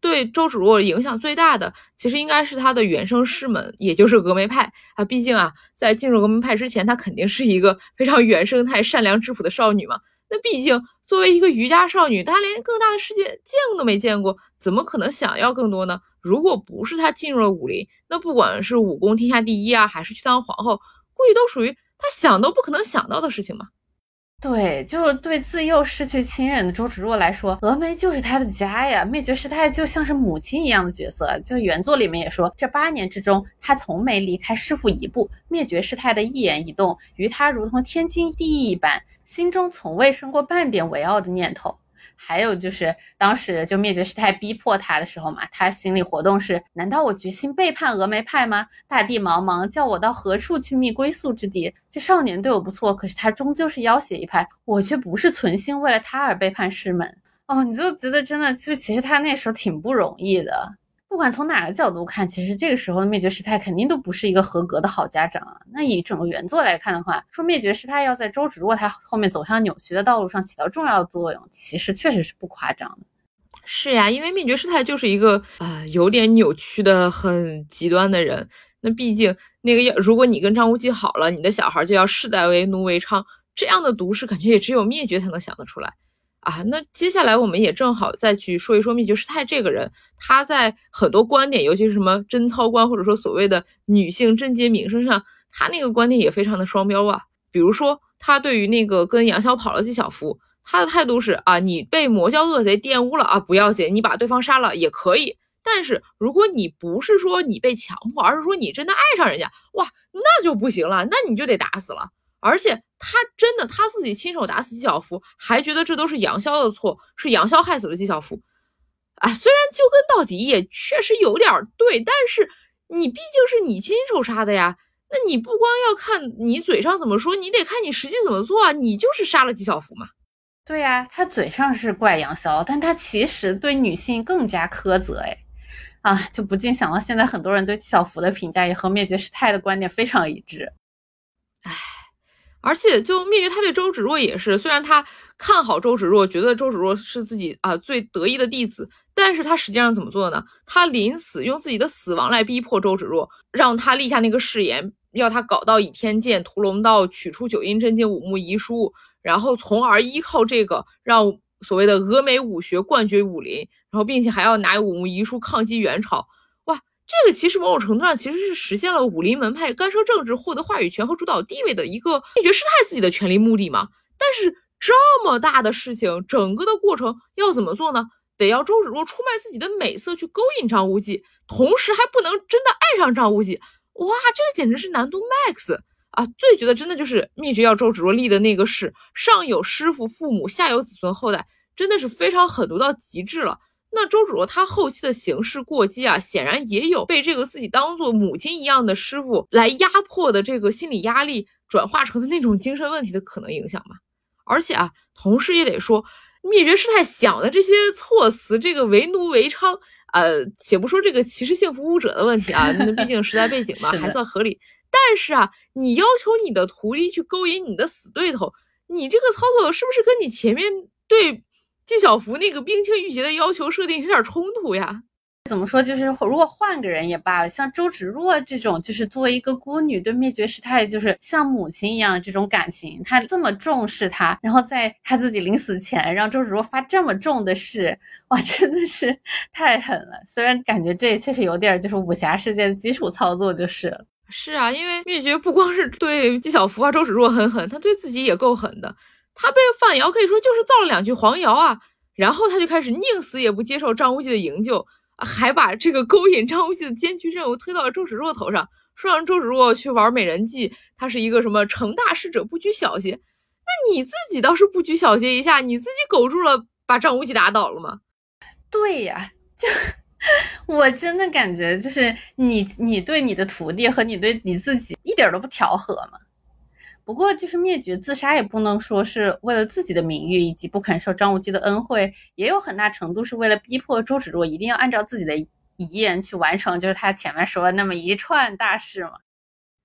Speaker 2: 对周芷若影响最大的，其实应该是她的原生师门，也就是峨眉派啊。毕竟啊，在进入峨眉派之前，她肯定是一个非常原生态、善良质朴的少女嘛。那毕竟作为一个渔家少女，她连更大的世界见都没见过，怎么可能想要更多呢？如果不是她进入了武林，那不管是武功天下第一啊，还是去当皇后，估计都属于她想都不可能想到的事情嘛。
Speaker 1: 对，就对自幼失去亲人的周芷若来说，峨眉就是她的家呀。灭绝师太就像是母亲一样的角色，就原作里面也说，这八年之中，她从没离开师父一步。灭绝师太的一言一动，于她如同天经地义一般，心中从未生过半点为傲的念头。还有就是当时就灭绝师太逼迫他的时候嘛，他心理活动是，难道我决心背叛峨眉派吗？大地茫茫，叫我到何处去觅归宿之地？这少年对我不错，可是他终究是妖邪一派，我却不是存心为了他而背叛师门。哦，你就觉得真的就其实他那时候挺不容易的。不管从哪个角度看，其实这个时候的灭绝师太肯定都不是一个合格的好家长啊。那以整个原作来看的话，说灭绝师太要在周芷若她后面走向扭曲的道路上起到重要作用，其实确实是不夸张的。
Speaker 2: 是呀，因为灭绝师太就是一个啊、呃、有点扭曲的很极端的人。那毕竟那个要如果你跟张无忌好了，你的小孩就要世代为奴为娼，这样的毒誓感觉也只有灭绝才能想得出来。啊，那接下来我们也正好再去说一说灭绝师太这个人，他在很多观点，尤其是什么贞操观，或者说所谓的女性贞洁名声上，他那个观点也非常的双标啊。比如说，他对于那个跟杨逍跑了纪晓芙，他的态度是啊，你被魔教恶贼玷污了啊，不要紧，你把对方杀了也可以。但是如果你不是说你被强迫，而是说你真的爱上人家，哇，那就不行了，那你就得打死了。而且他真的他自己亲手打死纪晓芙，还觉得这都是杨逍的错，是杨逍害死了纪晓芙。啊，虽然究根到底也确实有点对，但是你毕竟是你亲手杀的呀，那你不光要看你嘴上怎么说，你得看你实际怎么做啊，你就是杀了纪晓芙嘛。
Speaker 1: 对呀、啊，他嘴上是怪杨逍，但他其实对女性更加苛责哎。啊，就不禁想到现在很多人对纪晓芙的评价也和灭绝师太的观点非常一致。
Speaker 2: 唉，而且就灭绝他对周芷若也是，虽然他看好周芷若，觉得周芷若是自己啊最得意的弟子，但是他实际上怎么做呢？他临死用自己的死亡来逼迫周芷若，让他立下那个誓言，要他搞到倚天剑、屠龙刀，取出九阴真经、五木遗书，然后从而依靠这个让所谓的峨眉武学冠绝武林，然后并且还要拿五木遗书抗击元朝。哇，这个其实某种程度上其实是实现了武林门派干涉政治、获得话语权和主导地位的一个灭绝师太自己的权利目的嘛。但是这么大的事情，整个的过程要怎么做呢？得要周芷若出卖自己的美色去勾引张无忌，同时还不能真的爱上张无忌。哇，这个简直是难度 max 啊！最觉得真的就是灭绝要周芷若立的那个誓，上有师父父母，下有子孙后代，真的是非常狠毒到极致了。那周芷若她后期的行事过激啊，显然也有被这个自己当做母亲一样的师傅来压迫的这个心理压力转化成的那种精神问题的可能影响嘛。而且啊，同时也得说，灭绝师太想的这些措辞，这个为奴为娼，呃，且不说这个歧视性服务者的问题啊，那毕竟时代背景嘛，还算合理。但是啊，你要求你的徒弟去勾引你的死对头，你这个操作是不是跟你前面对纪晓芙那个冰清玉洁的要求设定有点冲突呀？
Speaker 1: 怎么说，就是如果换个人也罢了，像周芷若这种就是作为一个孤女对灭绝师太就是像母亲一样的这种感情，她这么重视她，然后在她自己临死前让周芷若发这么重的誓，哇，真的是太狠了。虽然感觉这也确实有点就是武侠世界的基础操作就是了。
Speaker 2: 是啊，因为灭绝不光是对纪晓芙啊、周芷若很狠，他对自己也够狠的。他被范瑶可以说就是造了两句黄谣啊，然后他就开始宁死也不接受张无忌的营救，还把这个勾引张无忌的艰巨任务推到了周芷若头上，说让周芷若去玩美人计，他是一个什么成大事者不拘小节。那你自己倒是不拘小节一下，你自己苟住了把张无忌打倒了吗？
Speaker 1: 对呀，就我真的感觉就是你你对你的徒弟和你对你自己一点都不调和嘛。不过就是灭绝自杀也不能说是为了自己的名誉以及不肯受张无忌的恩惠，也有很大程度是为了逼迫周芷若一定要按照自己的遗言去完成，就是他前面说的那么一串大事嘛。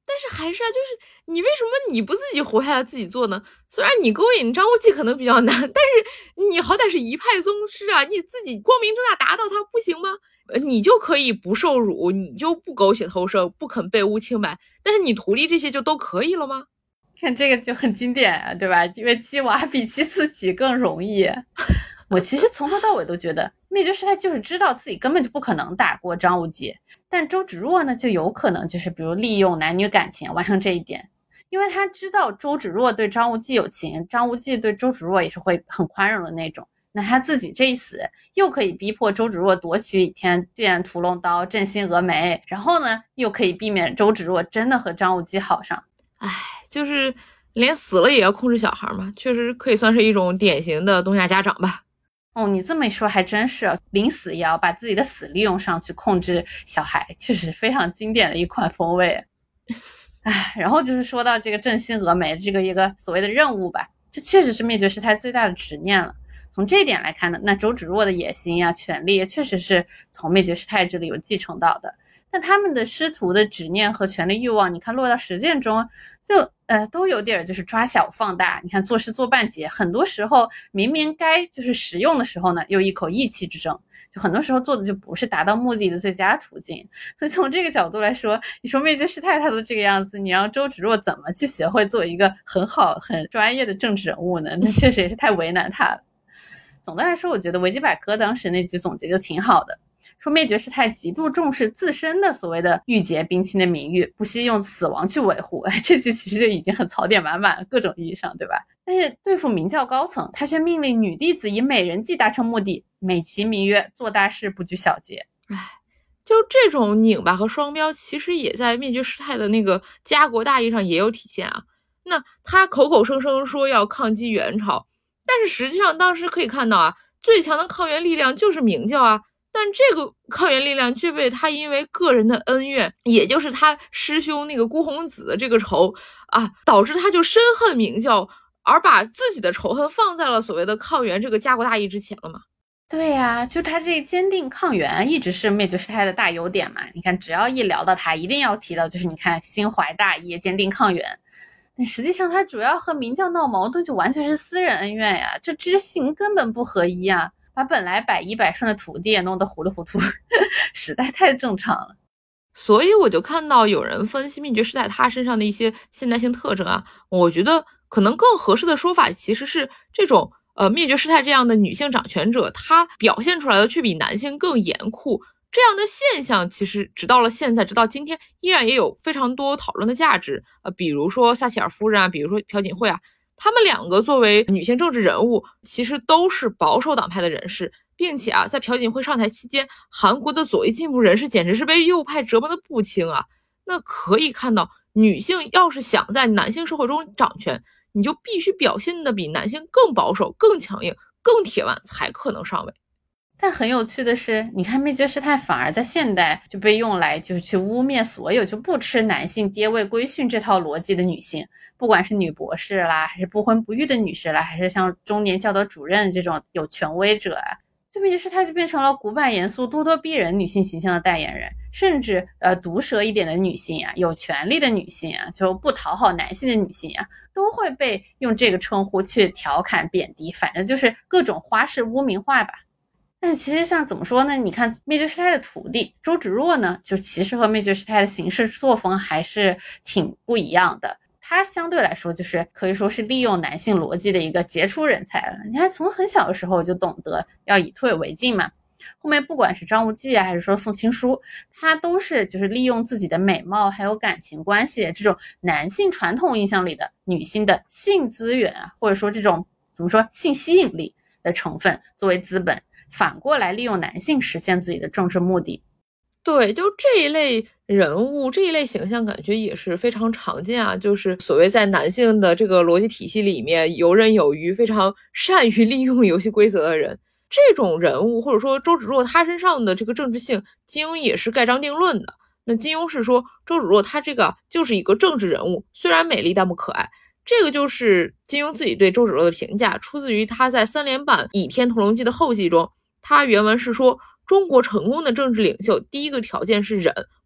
Speaker 2: 但是还是啊，就是你为什么你不自己活下来自己做呢？虽然你勾引张无忌可能比较难，但是你好歹是一派宗师啊，你自己光明正大达到它不行吗？你就可以不受辱，你就不苟且偷生，不肯被诬清白，但是你徒弟这些就都可以了吗？
Speaker 1: 看这个就很经典啊，对吧？因为鸡娃比鸡自己更容易。我其实从头到尾都觉得灭绝师太就是知道自己根本就不可能打过张无忌，但周芷若呢就有可能就是比如利用男女感情完成这一点，因为他知道周芷若对张无忌有情，张无忌对周芷若也是会很宽容的那种，那他自己这一死又可以逼迫周芷若夺取倚天剑屠龙刀振兴峨眉，然后呢又可以避免周芷若真的和张无忌好上。
Speaker 2: 唉，就是连死了也要控制小孩嘛，确实可以算是一种典型的东亚家长吧。
Speaker 1: 哦，你这么一说还真是，临死也要把自己的死利用上去控制小孩，确实非常经典的一款风味。唉，然后就是说到这个振兴峨眉这个一个所谓的任务吧，这确实是灭绝师太最大的执念了。从这一点来看呢，那周芷若的野心啊、权力确实是从灭绝师太这里有继承到的。但他们的师徒的执念和权力欲望，你看落到实践中，就呃都有点就是抓小放大。你看做事做半截，很多时候明明该就是实用的时候呢，又一口意气之争，就很多时候做的就不是达到目的的最佳途径。所以从这个角度来说，你说灭绝师太他都这个样子，你让周芷若怎么去学会做一个很好很专业的政治人物呢？那确实也是太为难他了。总的来说，我觉得维基百科当时那句总结就挺好的，说灭绝师太极度重视自身的所谓的玉洁冰清的名誉，不惜用死亡去维护。哎，这句其实就已经很槽点满满了，各种意义上，对吧？但是对付明教高层，他却命令女弟子以美人计达成目的，美其名曰做大事不拘小节。
Speaker 2: 唉，就这种拧巴和双标，其实也在灭绝师太的那个家国大义上也有体现啊。那他口口声声说要抗击元朝，但是实际上当时可以看到啊，最强的抗元力量就是明教啊。但这个抗元力量却被他因为个人的恩怨，也就是他师兄那个孤鸿子的这个仇啊，导致他就深恨明教，而把自己的仇恨放在了所谓的抗元这个家国大义之前了嘛。
Speaker 1: 对呀、啊，就他这坚定抗元一直是灭绝师太的大优点嘛。你看只要一聊到他，一定要提到就是你看心怀大义坚定抗元，但实际上他主要和明教闹矛盾就完全是私人恩怨呀，这知行根本不合一啊，把本来百依百顺的徒弟也弄得糊里糊涂，实在太正常了。
Speaker 2: 所以我就看到有人分析灭绝师太他身上的一些现代性特征啊，我觉得可能更合适的说法其实是这种呃灭绝师太这样的女性掌权者，她表现出来的却比男性更严酷，这样的现象其实直到了现在，直到今天依然也有非常多讨论的价值。呃，比如说撒切尔夫人啊，比如说朴槿惠啊，他们两个作为女性政治人物，其实都是保守党派的人士，并且啊，在朴槿惠上台期间，韩国的左翼进步人士简直是被右派折磨的不轻啊。那可以看到，女性要是想在男性社会中掌权，你就必须表现的比男性更保守、更强硬、更铁腕，才可能上位。
Speaker 1: 但很有趣的是，你看灭绝师太反而在现代就被用来就是去污蔑所有就不吃男性爹位规训这套逻辑的女性，不管是女博士啦，还是不婚不育的女士啦，还是像中年教导主任这种有权威者啊，这灭绝师太就变成了古板严肃、咄咄逼人女性形象的代言人，甚至呃毒舌一点的女性啊，有权利的女性啊，就不讨好男性的女性啊，都会被用这个称呼去调侃贬低，反正就是各种花式污名化吧。但其实像怎么说呢，你看灭绝师太的徒弟周芷若呢，就其实和灭绝师太的行事作风还是挺不一样的，他相对来说就是可以说是利用男性逻辑的一个杰出人才了。你看从很小的时候就懂得要以退为进嘛，后面不管是张无忌啊，还是说宋青书，他都是就是利用自己的美貌还有感情关系这种男性传统印象里的女性的性资源啊，或者说这种怎么说性吸引力的成分作为资本，反过来利用男性实现自己的政治目的。
Speaker 2: 对，就这一类人物，这一类形象感觉也是非常常见啊，就是所谓在男性的这个逻辑体系里面游刃有余，非常善于利用游戏规则的人。这种人物或者说周芷若他身上的这个政治性，金庸也是盖章定论的。那金庸是说周芷若他这个就是一个政治人物，虽然美丽但不可爱。这个就是金庸自己对周芷若的评价，出自于他在三连版《倚天屠龙记》的后记中，他原文是说，中国成功的政治领袖第一个条件是忍，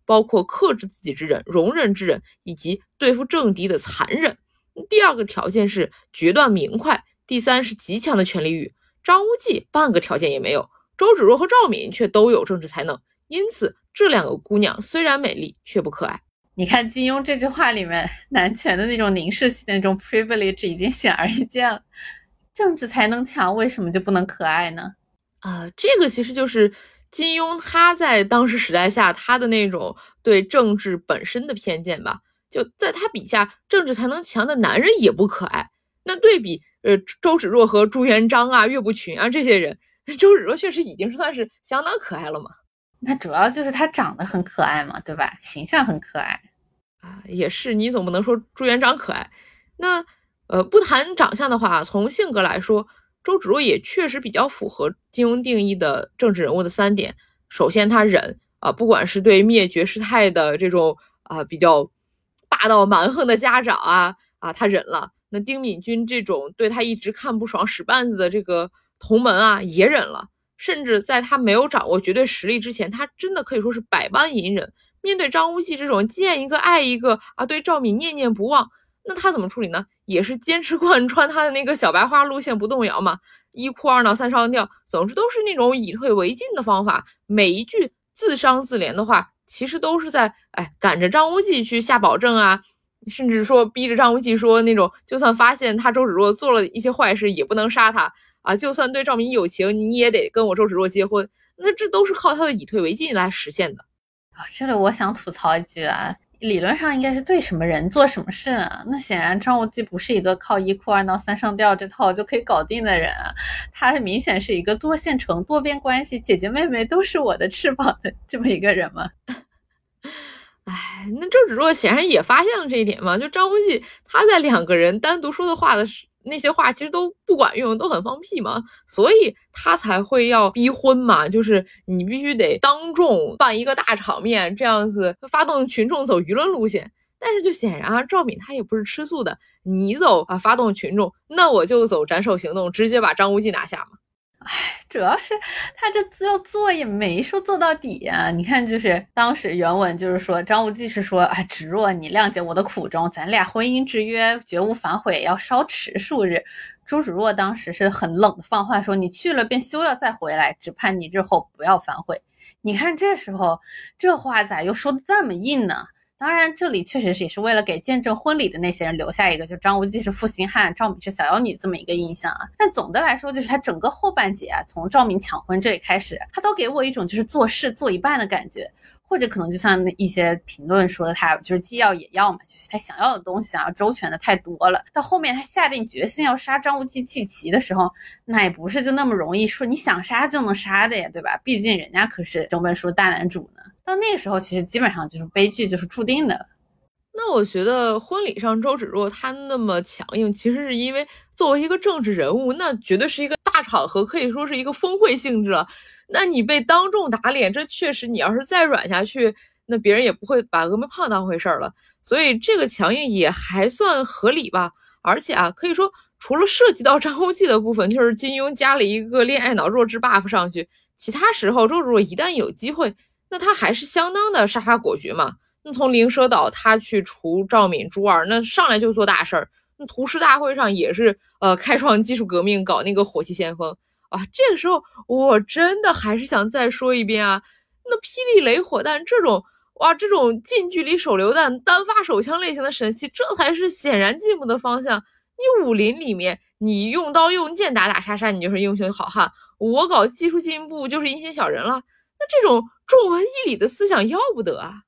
Speaker 2: 包括克制自己之忍、容忍之忍，以及对付政敌的残忍。第二个条件是决断明快，第三是极强的权力欲。张无忌半个条件也没有，周芷若和赵敏却都有政治才能，因此这两个姑娘虽然美丽，却不可爱。
Speaker 1: 你看金庸这句话里面男权的那种凝视性的那种 privilege 已经显而易见了，政治才能强为什么就不能可爱呢？
Speaker 2: 啊、呃，这个其实就是金庸他在当时时代下他的那种对政治本身的偏见吧。就在他笔下，政治才能强的男人也不可爱。那对比呃周芷若和朱元璋啊、岳不群啊这些人，周芷若确实已经算是相当可爱了嘛。
Speaker 1: 那主要就是他长得很可爱嘛，对吧？形象很可爱
Speaker 2: 啊，也是，你总不能说朱元璋可爱。那呃，不谈长相的话，从性格来说，周芷若也确实比较符合金庸定义的政治人物的三点。首先，他忍啊，不管是对灭绝师太的这种啊比较霸道蛮横的家长啊啊，他忍了。那丁敏君这种对他一直看不爽使绊子的这个同门啊，也忍了。甚至在他没有掌握绝对实力之前，他真的可以说是百般隐忍。面对张无忌这种见一个爱一个啊，对赵敏念念不忘，那他怎么处理呢？也是坚持贯穿他的那个小白花路线不动摇嘛，一哭二闹三上吊，总之都是那种以退为进的方法。每一句自伤自怜的话，其实都是在哎赶着张无忌去下保证啊，甚至说逼着张无忌说那种，就算发现他周芷若做了一些坏事，也不能杀他啊，就算对赵敏有情，你也得跟我周芷若结婚。那这都是靠他的以退为进来实现的。
Speaker 1: 啊，这里我想吐槽一句啊，理论上应该是对什么人做什么事啊。那显然张无忌不是一个靠一哭二闹三上吊这套就可以搞定的人啊，他明显是一个多线程、多边关系，姐姐妹妹都是我的翅膀的这么一个人嘛。
Speaker 2: 哎，那周芷若显然也发现了这一点嘛，就张无忌他在两个人单独说的话的时那些话其实都不管用，都很放屁嘛，所以他才会要逼婚嘛，就是你必须得当众办一个大场面，这样子发动群众走舆论路线。但是就显然啊，赵敏他也不是吃素的，你走啊发动群众，那我就走斩首行动，直接把张无忌拿下嘛。
Speaker 1: 唉，主要是他这要做也没说做到底啊！你看，就是当时原文就是说，张无忌是说，哎，芷若，你谅解我的苦衷，咱俩婚姻之约绝无反悔，要稍迟数日。周芷若当时是很冷的放话说，你去了便休要再回来，只盼你日后不要反悔。你看这时候这话咋又说的这么硬呢？当然，这里确实是也是为了给见证婚礼的那些人留下一个就张无忌是负心汉，赵敏是小妖女这么一个印象啊。但总的来说，就是他整个后半节啊，从赵敏抢婚这里开始，他都给我一种就是做事做一半的感觉，或者可能就像一些评论说的，他就是既要也要嘛，就是他想要的东西啊周全的太多了。到后面他下定决心要杀张无忌祭旗的时候，那也不是就那么容易说你想杀就能杀的呀，对吧？毕竟人家可是整本书大男主呢。到那个时候其实基本上就是悲剧就是注定的。
Speaker 2: 那我觉得婚礼上周芷若她那么强硬，其实是因为作为一个政治人物，那绝对是一个大场合，可以说是一个峰会性质了。那你被当众打脸，这确实你要是再软下去，那别人也不会把峨眉胖当回事了。所以这个强硬也还算合理吧。而且啊，可以说除了涉及到张无忌的部分，就是金庸加了一个恋爱脑弱智 buff 上去，其他时候周芷若一旦有机会，那他还是相当的杀伐果决嘛。那从灵蛇岛他去除赵敏朱二，那上来就做大事儿。那屠师大会上也是呃开创技术革命，搞那个火器先锋啊。这个时候我真的还是想再说一遍啊，那霹雳雷火弹这种哇这种近距离手榴弹单发手枪类型的神器，这才是显然进步的方向。你武林里面你用刀用剑打打杀杀，你就是英雄好汉，我搞技术进步就是阴险小人了。那这种重文抑理的思想要不得啊。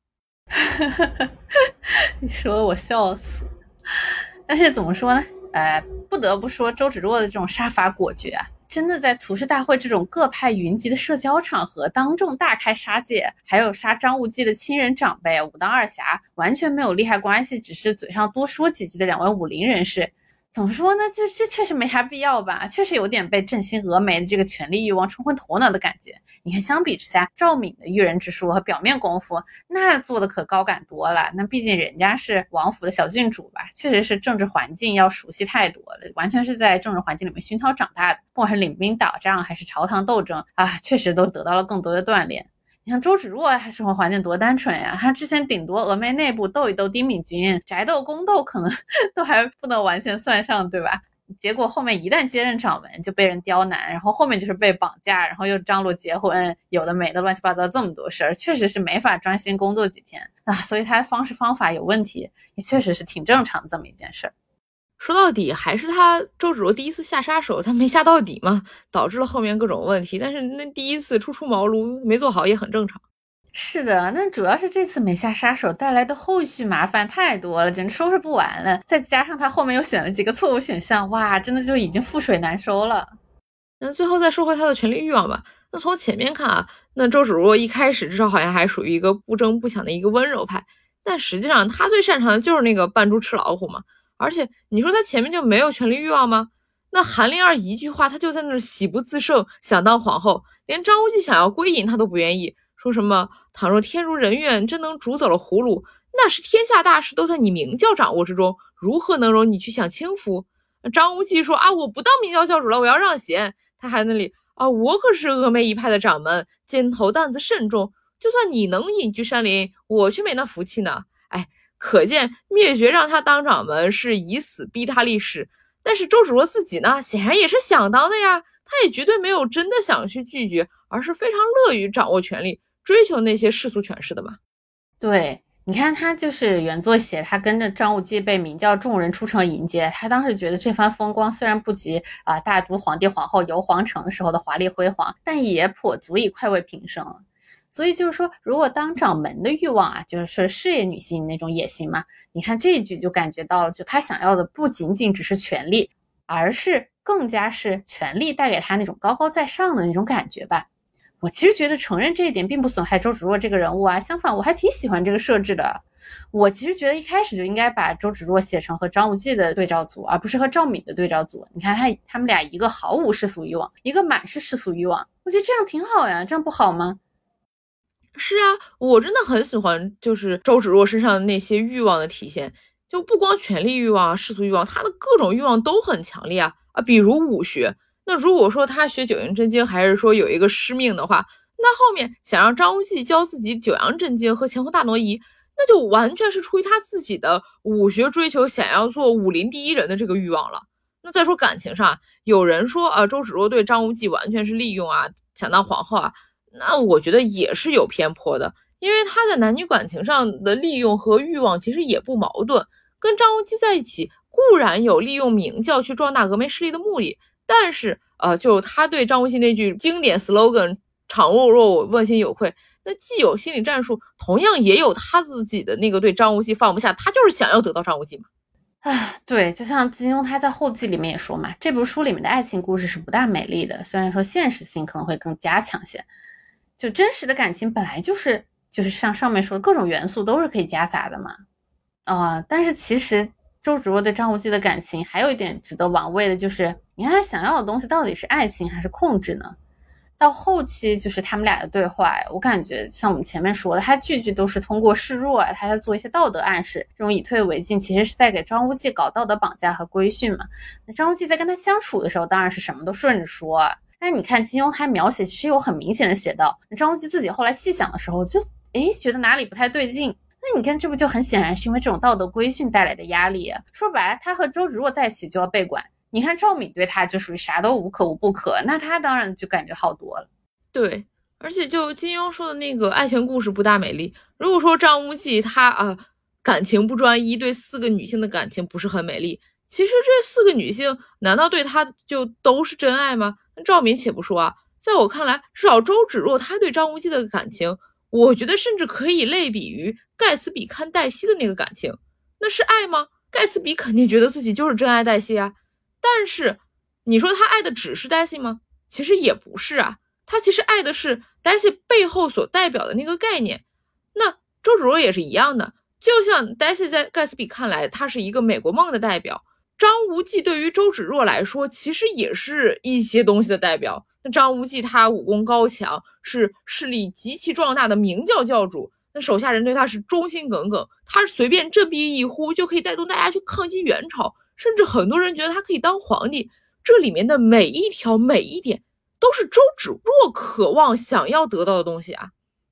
Speaker 1: 你说的我笑死。但是怎么说呢，呃，不得不说周芷若的这种杀伐果决啊，真的在屠师大会这种各派云集的社交场合当众大开杀戒，还有杀张无忌的亲人长辈武当二侠，完全没有利害关系，只是嘴上多说几句的两位武林人士，怎么说呢，这这确实没啥必要吧，确实有点被振兴峨眉的这个权力欲望冲昏头脑的感觉。你看相比之下，赵敏的驭人之术和表面功夫那做的可高感多了，那毕竟人家是王府的小郡主吧，确实是政治环境要熟悉太多了，完全是在政治环境里面熏陶长大的，不管是领兵打仗还是朝堂斗争啊，确实都得到了更多的锻炼。 你像周芷若，她生活环境多单纯呀，她之前顶多峨眉内部斗一斗丁敏君，宅斗宫斗可能都还不能完全算上，对吧？结果后面一旦接任掌门就被人刁难，然后后面就是被绑架，然后又张罗结婚，有的没的乱七八糟这么多事儿，确实是没法专心工作几天啊，所以他的方式方法有问题，也确实是挺正常的这么一件事儿。
Speaker 2: 说到底还是他周芷若第一次下杀手，他没下到底嘛，导致了后面各种问题。但是那第一次初出茅庐没做好也很正常。
Speaker 1: 是的，那主要是这次没下杀手带来的后续麻烦太多了，简直收拾不完了。再加上他后面又选了几个错误选项，哇，真的就已经覆水难收了。
Speaker 2: 那最后再说回他的权力欲望吧。那从前面看啊，那周芷若一开始至少好像还属于一个不争不抢的一个温柔派，但实际上他最擅长的就是那个扮猪吃老虎嘛。而且你说他前面就没有权力欲望吗？那韩灵儿一句话他就在那儿喜不自胜，想当皇后，连张无忌想要归隐他都不愿意，说什么倘若天如人愿，真能煮走了葫芦，那是天下大事都在你明教掌握之中，如何能容你去享清福？张无忌说啊，我不当明教教主了，我要让贤。他还那里啊，我可是峨眉一派的掌门，肩头担子甚重，就算你能隐居山林，我却没那福气呢。哎，可见灭绝让他当掌门是以死逼他立誓。但是周芷若自己呢，显然也是想当的呀，他也绝对没有真的想去拒绝，而是非常乐于掌握权力，追求那些世俗权势的嘛。
Speaker 1: 对，你看他就是原作写他跟着张无忌被明教众人出城迎接，他当时觉得这番风光虽然不及啊、呃、大都皇帝皇后游皇城的时候的华丽辉煌，但也颇足以快慰平生了。所以就是说，如果当掌门的欲望啊，就是事业女性那种野心嘛，你看这一句就感觉到了，就他想要的不仅仅只是权力，而是更加是权力带给他那种高高在上的那种感觉吧。我其实觉得承认这一点并不损害周芷若这个人物啊，相反我还挺喜欢这个设置的。我其实觉得一开始就应该把周芷若写成和张无忌的对照组，而不是和赵敏的对照组。你看他他们俩一个毫无世俗欲望，一个满是世俗欲望，我觉得这样挺好呀，这样不好吗？
Speaker 2: 是啊，我真的很喜欢就是周芷若身上的那些欲望的体现，就不光权力欲望啊、世俗欲望，她的各种欲望都很强烈啊啊，比如武学。那如果说她学九阴真经，还是说有一个师命的话，那后面想让张无忌教自己九阳真经和乾坤大挪移，那就完全是出于他自己的武学追求，想要做武林第一人的这个欲望了。那再说感情上，有人说啊，周芷若对张无忌完全是利用啊，想当皇后啊。那我觉得也是有偏颇的，因为他在男女感情上的利用和欲望其实也不矛盾。跟张无忌在一起，固然有利用明教去壮大峨眉势力的目的，但是呃，就他对张无忌那句经典 slogan 场若若我问心有愧，那既有心理战术，同样也有他自己的那个对张无忌放不下，他就是想要得到张无忌嘛。
Speaker 1: 啊，对，就像金庸他在后记里面也说嘛，这部书里面的爱情故事是不大美丽的，虽然说现实性可能会更加强些。就真实的感情本来就是就是像上面说的各种元素都是可以夹杂的嘛。啊、呃，但是其实周芷若对张无忌的感情还有一点值得玩味的，就是你看他想要的东西到底是爱情还是控制呢？到后期就是他们俩的对话，我感觉像我们前面说的，他句句都是通过示弱啊，他在做一些道德暗示，这种以退为进其实是在给张无忌搞道德绑架和规训嘛。那张无忌在跟他相处的时候当然是什么都顺着说啊，但你看金庸他描写其实有很明显的写到，张无忌自己后来细想的时候就诶觉得哪里不太对劲。那你看这不就很显然是因为这种道德规训带来的压力啊。说白了他和周芷若在一起就要被管，你看赵敏对他就属于啥都无可无不可，那他当然就感觉好多了。
Speaker 2: 对，而且就金庸说的那个爱情故事不大美丽，如果说张无忌他啊、呃、感情不专一，对四个女性的感情不是很美丽，其实这四个女性难道对他就都是真爱吗？赵敏且不说啊，在我看来，至少周芷若她对张无忌的感情，我觉得甚至可以类比于盖茨比看黛西的那个感情。那是爱吗？盖茨比肯定觉得自己就是真爱黛西啊，但是你说他爱的只是黛西吗？其实也不是啊，他其实爱的是黛西背后所代表的那个概念。那周芷若也是一样的，就像黛西在盖茨比看来，他是一个美国梦的代表，张无忌对于周芷若来说，其实也是一些东西的代表。那张无忌他武功高强，是势力极其壮大的明教教主，那手下人对他是忠心耿耿，他是随便振臂一呼就可以带动大家去抗击元朝，甚至很多人觉得他可以当皇帝。这里面的每一条每一点都是周芷若渴望想要得到的东西啊。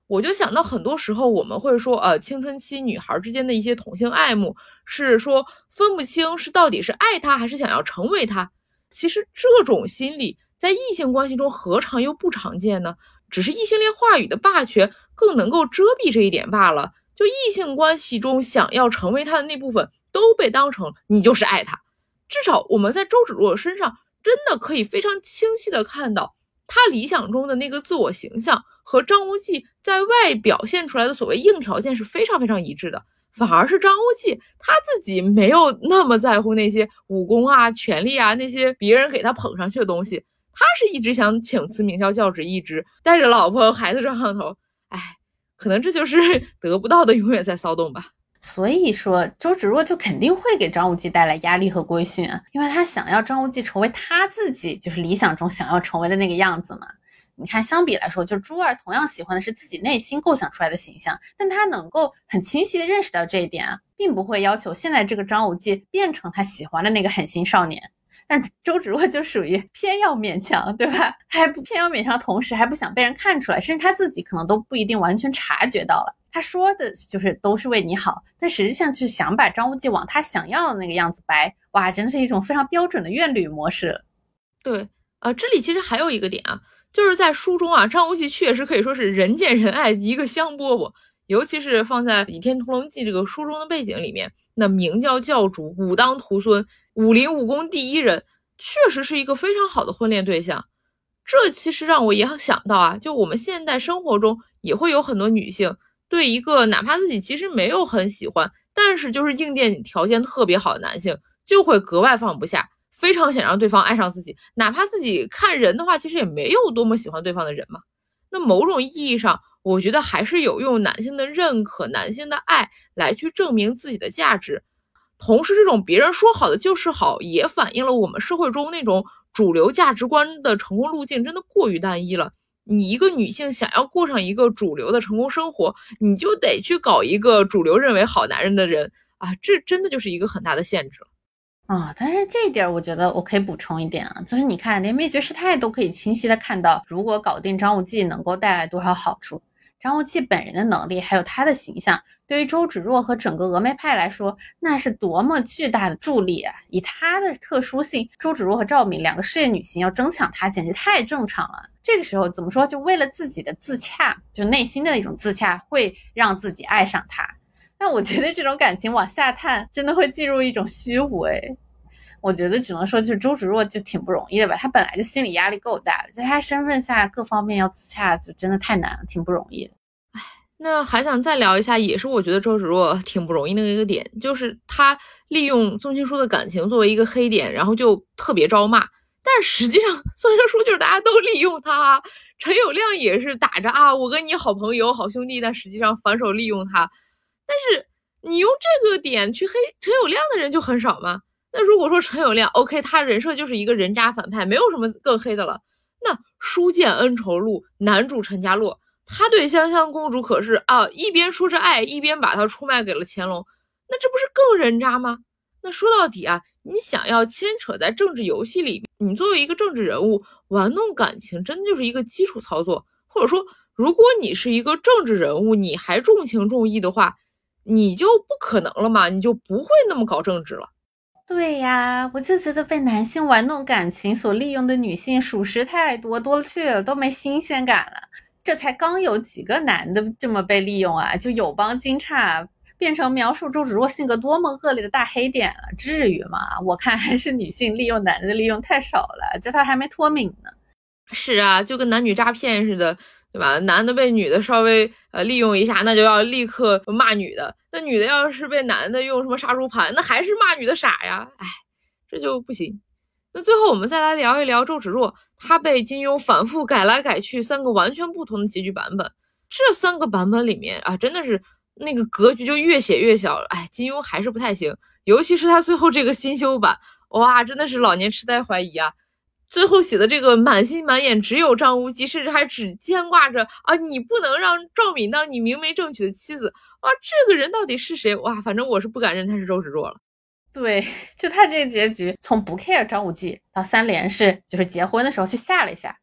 Speaker 2: 我就想到很多时候我们会说，呃，青春期女孩之间的一些同性爱慕，是说分不清是到底是爱他还是想要成为他。其实这种心理在异性关系中何尝又不常见呢？只是异性恋话语的霸权更能够遮蔽这一点罢了。就异性关系中想要成为他的那部分都被当成你就是爱他。至少我们在周芷若身上真的可以非常清晰的看到，他理想中的那个自我形象和张无忌在外表现出来的所谓硬条件是非常非常一致的。反而是张无忌他自己没有那么在乎那些武功啊、权力啊，那些别人给他捧上去的东西，他是一直想请辞明教教职一职，带着老婆孩子上上头。哎，可能这就是得不到的永远在骚动吧。
Speaker 1: 所以说周芷若就肯定会给张无忌带来压力和规训啊，因为他想要张无忌成为他自己就是理想中想要成为的那个样子嘛。你看相比来说，就珠儿同样喜欢的是自己内心构想出来的形象，但他能够很清晰的认识到这一点啊，并不会要求现在这个张无忌变成他喜欢的那个狠心少年。但周芷若就属于偏要勉强，对吧？还不偏要勉强，同时还不想被人看出来，甚至他自己可能都不一定完全察觉到了。他说的就是都是为你好，但实际上就是想把张无忌往他想要的那个样子掰。哇，真的是一种非常标准的怨侣模式。
Speaker 2: 对啊、呃，这里其实还有一个点啊，就是在书中啊，张无忌确实可以说是人见人爱一个香饽饽，尤其是放在《倚天屠龙记》这个书中的背景里面，那明教教主武当徒孙，武林武功第一人，确实是一个非常好的婚恋对象。这其实让我也想到啊，就我们现代生活中也会有很多女性对一个哪怕自己其实没有很喜欢，但是就是硬件条件特别好的男性，就会格外放不下，非常想让对方爱上自己，哪怕自己看人的话其实也没有多么喜欢对方的人嘛。那某种意义上我觉得还是有用男性的认可、男性的爱来去证明自己的价值。同时这种别人说好的就是好，也反映了我们社会中那种主流价值观的成功路径真的过于单一了。你一个女性想要过上一个主流的成功生活，你就得去搞一个主流认为好男人的人啊，这真的就是一个很大的限制了。
Speaker 1: 啊、哦，但是这一点我觉得我可以补充一点啊，就是你看连灭绝师太都可以清晰的看到，如果搞定张无忌能够带来多少好处。张无忌本人的能力还有他的形象，对于周芷若和整个峨眉派来说，那是多么巨大的助力啊！以他的特殊性，周芷若和赵敏两个事业女性要争抢他，简直太正常了。这个时候怎么说，就为了自己的自洽，就内心的那种自洽，会让自己爱上他。但我觉得这种感情往下探，真的会进入一种虚无诶。我觉得只能说就是周芷若就挺不容易的吧，她本来就心理压力够大的，在她身份下各方面要自洽就真的太难了，挺不容易的。
Speaker 2: 唉，那还想再聊一下，也是我觉得周芷若挺不容易的一个点，就是她利用宋青书的感情作为一个黑点，然后就特别招骂。但实际上宋青书就是大家都利用他啊，陈友谅也是打着啊我跟你好朋友好兄弟，但实际上反手利用他。但是你用这个点去黑陈友谅的人就很少吗？那如果说陈友谅 OK 他人设就是一个人渣反派，没有什么更黑的了，那书剑恩仇录男主陈家洛，他对香香公主可是啊一边说着爱，一边把她出卖给了乾隆，那这不是更人渣吗？那说到底啊，你想要牵扯在政治游戏里，你作为一个政治人物玩弄感情真的就是一个基础操作。或者说如果你是一个政治人物，你还重情重义的话，你就不可能了嘛，你就不会那么搞政治了。
Speaker 1: 对呀，我就觉得被男性玩弄感情所利用的女性属实太多，多了去了，都没新鲜感了。这才刚有几个男的这么被利用啊，就友邦惊诧，变成描述周芷若性格多么恶劣的大黑点了，至于吗？我看还是女性利用男的利用太少了，这他还没脱敏呢。
Speaker 2: 是啊，就跟男女诈骗似的，对吧？男的被女的稍微呃利用一下，那就要立刻骂女的；那女的要是被男的用什么杀猪盘，那还是骂女的傻呀！哎，这就不行。那最后我们再来聊一聊周芷若，她被金庸反复改来改去三个完全不同的结局版本。这三个版本里面啊，真的是那个格局就越写越小了。哎，金庸还是不太行，尤其是他最后这个新修版，哇，真的是老年痴呆怀疑啊！最后写的这个满心满眼只有张无忌，甚至还只牵挂着啊，你不能让赵敏当你明媒正娶的妻子啊，这个人到底是谁？哇，反正我是不敢认他是周芷若了。
Speaker 1: 对，就他这个结局，从不 care 张无忌到三连是就是结婚的时候去吓了一下，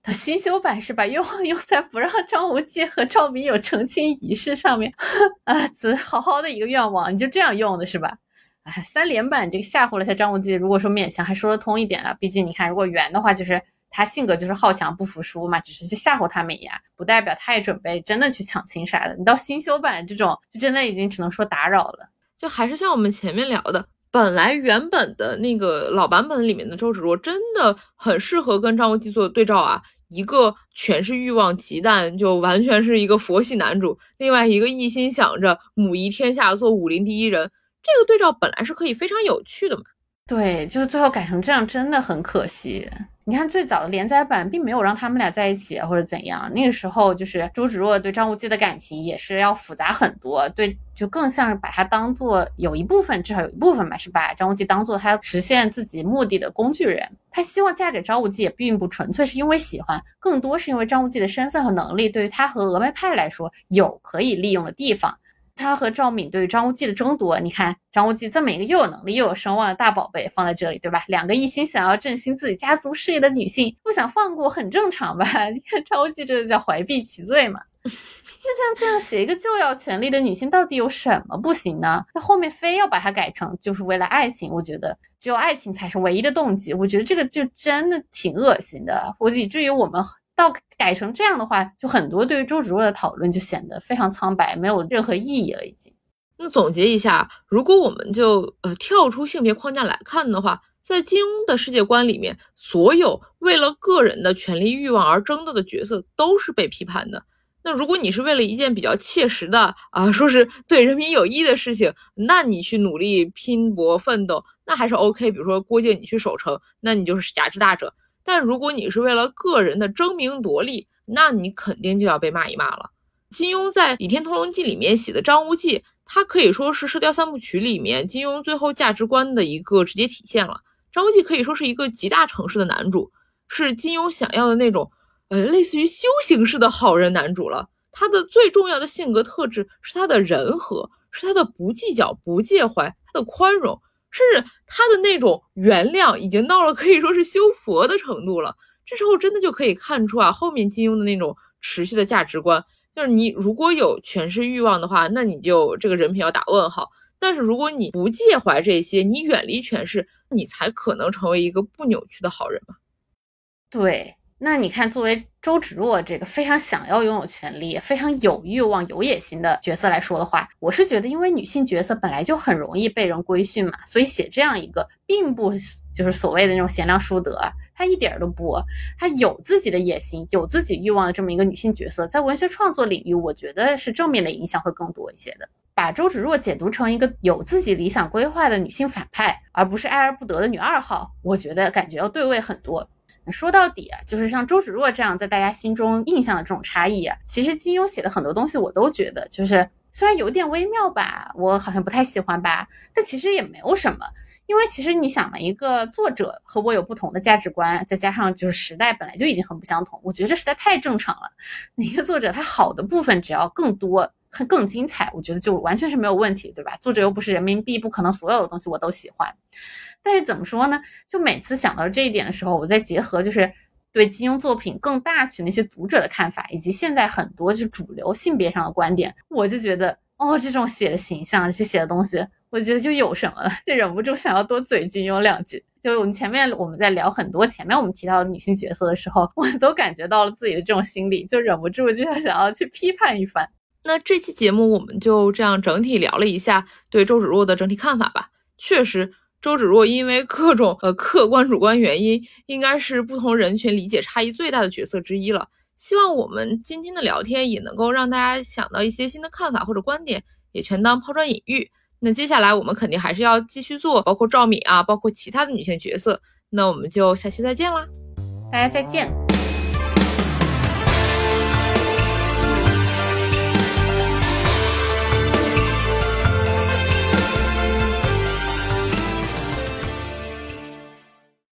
Speaker 1: 的新修版是把愿望用在不让张无忌和赵敏有成亲仪式上面啊，这好好的一个愿望，你就这样用的是吧？哎，三连版这个吓唬了一下张无忌，如果说勉强还说得通一点了，毕竟你看，如果圆的话，就是他性格就是好强不服输嘛，只是去吓唬他们一下，不代表他也准备真的去抢亲啥的。你到新修版这种，就真的已经只能说打扰了。
Speaker 2: 就还是像我们前面聊的，本来原本的那个老版本里面的周芷若真的很适合跟张无忌做对照啊，一个全是欲望极淡，就完全是一个佛系男主，另外一个一心想着母仪天下做武林第一人，这个对照本来是可以非常有趣的嘛。
Speaker 1: 对，就是最后改成这样真的很可惜。你看最早的连载版并没有让他们俩在一起或者怎样，那个时候就是周芷若对张无忌的感情也是要复杂很多，对，就更像把他当做有一部分，至少有一部分吧，是把张无忌当做他实现自己目的的工具人。他希望嫁给张无忌也并不纯粹是因为喜欢，更多是因为张无忌的身份和能力对于他和峨眉派来说有可以利用的地方。他和赵敏对于张无忌的争夺，你看张无忌这么一个又有能力又有声望的大宝贝放在这里，对吧？两个一心想要振兴自己家族事业的女性不想放过很正常吧？你看张无忌这就叫怀璧其罪嘛。那像这样写一个就要权力的女性到底有什么不行呢？那后面非要把它改成就是为了爱情，我觉得只有爱情才是唯一的动机，我觉得这个就真的挺恶心的。我以至于我们到改成这样的话，就很多对于周芷若的讨论就显得非常苍白，没有任何意义了已经。
Speaker 2: 那总结一下，如果我们就呃跳出性别框架来看的话，在金庸的世界观里面，所有为了个人的权利欲望而争斗的角色都是被批判的。那如果你是为了一件比较切实的啊、呃，说是对人民有益的事情，那你去努力拼搏奋斗，那还是 OK。比如说郭靖你去守城，那你就是侠之大者。但如果你是为了个人的争名夺利，那你肯定就要被骂一骂了。金庸在《倚天屠龙记》里面写的张无忌，他可以说是射雕三部曲里面金庸最后价值观的一个直接体现了。张无忌可以说是一个极大成事的男主，是金庸想要的那种呃，类似于修行式的好人男主了。他的最重要的性格特质是他的人和，是他的不计较不介怀，他的宽容，甚至他的那种原谅已经到了可以说是修佛的程度了。这时候真的就可以看出啊，后面金庸的那种持续的价值观，就是你如果有权势欲望的话，那你就这个人品要打问号。但是如果你不介怀这些，你远离权势，你才可能成为一个不扭曲的好人嘛。
Speaker 1: 对，那你看作为周芷若这个非常想要拥有权力，非常有欲望有野心的角色来说的话，我是觉得因为女性角色本来就很容易被人规训嘛，所以写这样一个并不就是所谓的那种贤良淑德，她一点都不，她有自己的野心有自己欲望的这么一个女性角色，在文学创作领域我觉得是正面的影响会更多一些的。把周芷若解读成一个有自己理想规划的女性反派，而不是爱而不得的女二号，我觉得感觉要对位很多。说到底啊，就是像周芷若这样在大家心中印象的这种差异啊，其实金庸写的很多东西我都觉得就是虽然有点微妙吧，我好像不太喜欢吧，但其实也没有什么。因为其实你想嘛，一个作者和我有不同的价值观，再加上就是时代本来就已经很不相同，我觉得这实在太正常了。一个作者他好的部分只要更多更精彩，我觉得就完全是没有问题，对吧？作者又不是人民币，不可能所有的东西我都喜欢。但是怎么说呢，就每次想到这一点的时候，我再结合就是对金庸作品更大群的一些读者的看法，以及现在很多就是主流性别上的观点，我就觉得哦，这种写的形象，这些写的东西，我觉得就有什么了，就忍不住想要多嘴金庸两句。就我们前面我们在聊很多前面我们提到的女性角色的时候，我都感觉到了自己的这种心理，就忍不住就想要去批判一番。
Speaker 2: 那这期节目我们就这样整体聊了一下对周芷若的整体看法吧。确实周芷若因为各种呃客观主观原因，应该是不同人群理解差异最大的角色之一了。希望我们今天的聊天也能够让大家想到一些新的看法或者观点，也全当抛砖引玉。那接下来我们肯定还是要继续做，包括赵敏啊，包括其他的女性角色。那我们就下期再见啦，
Speaker 1: 大家再见。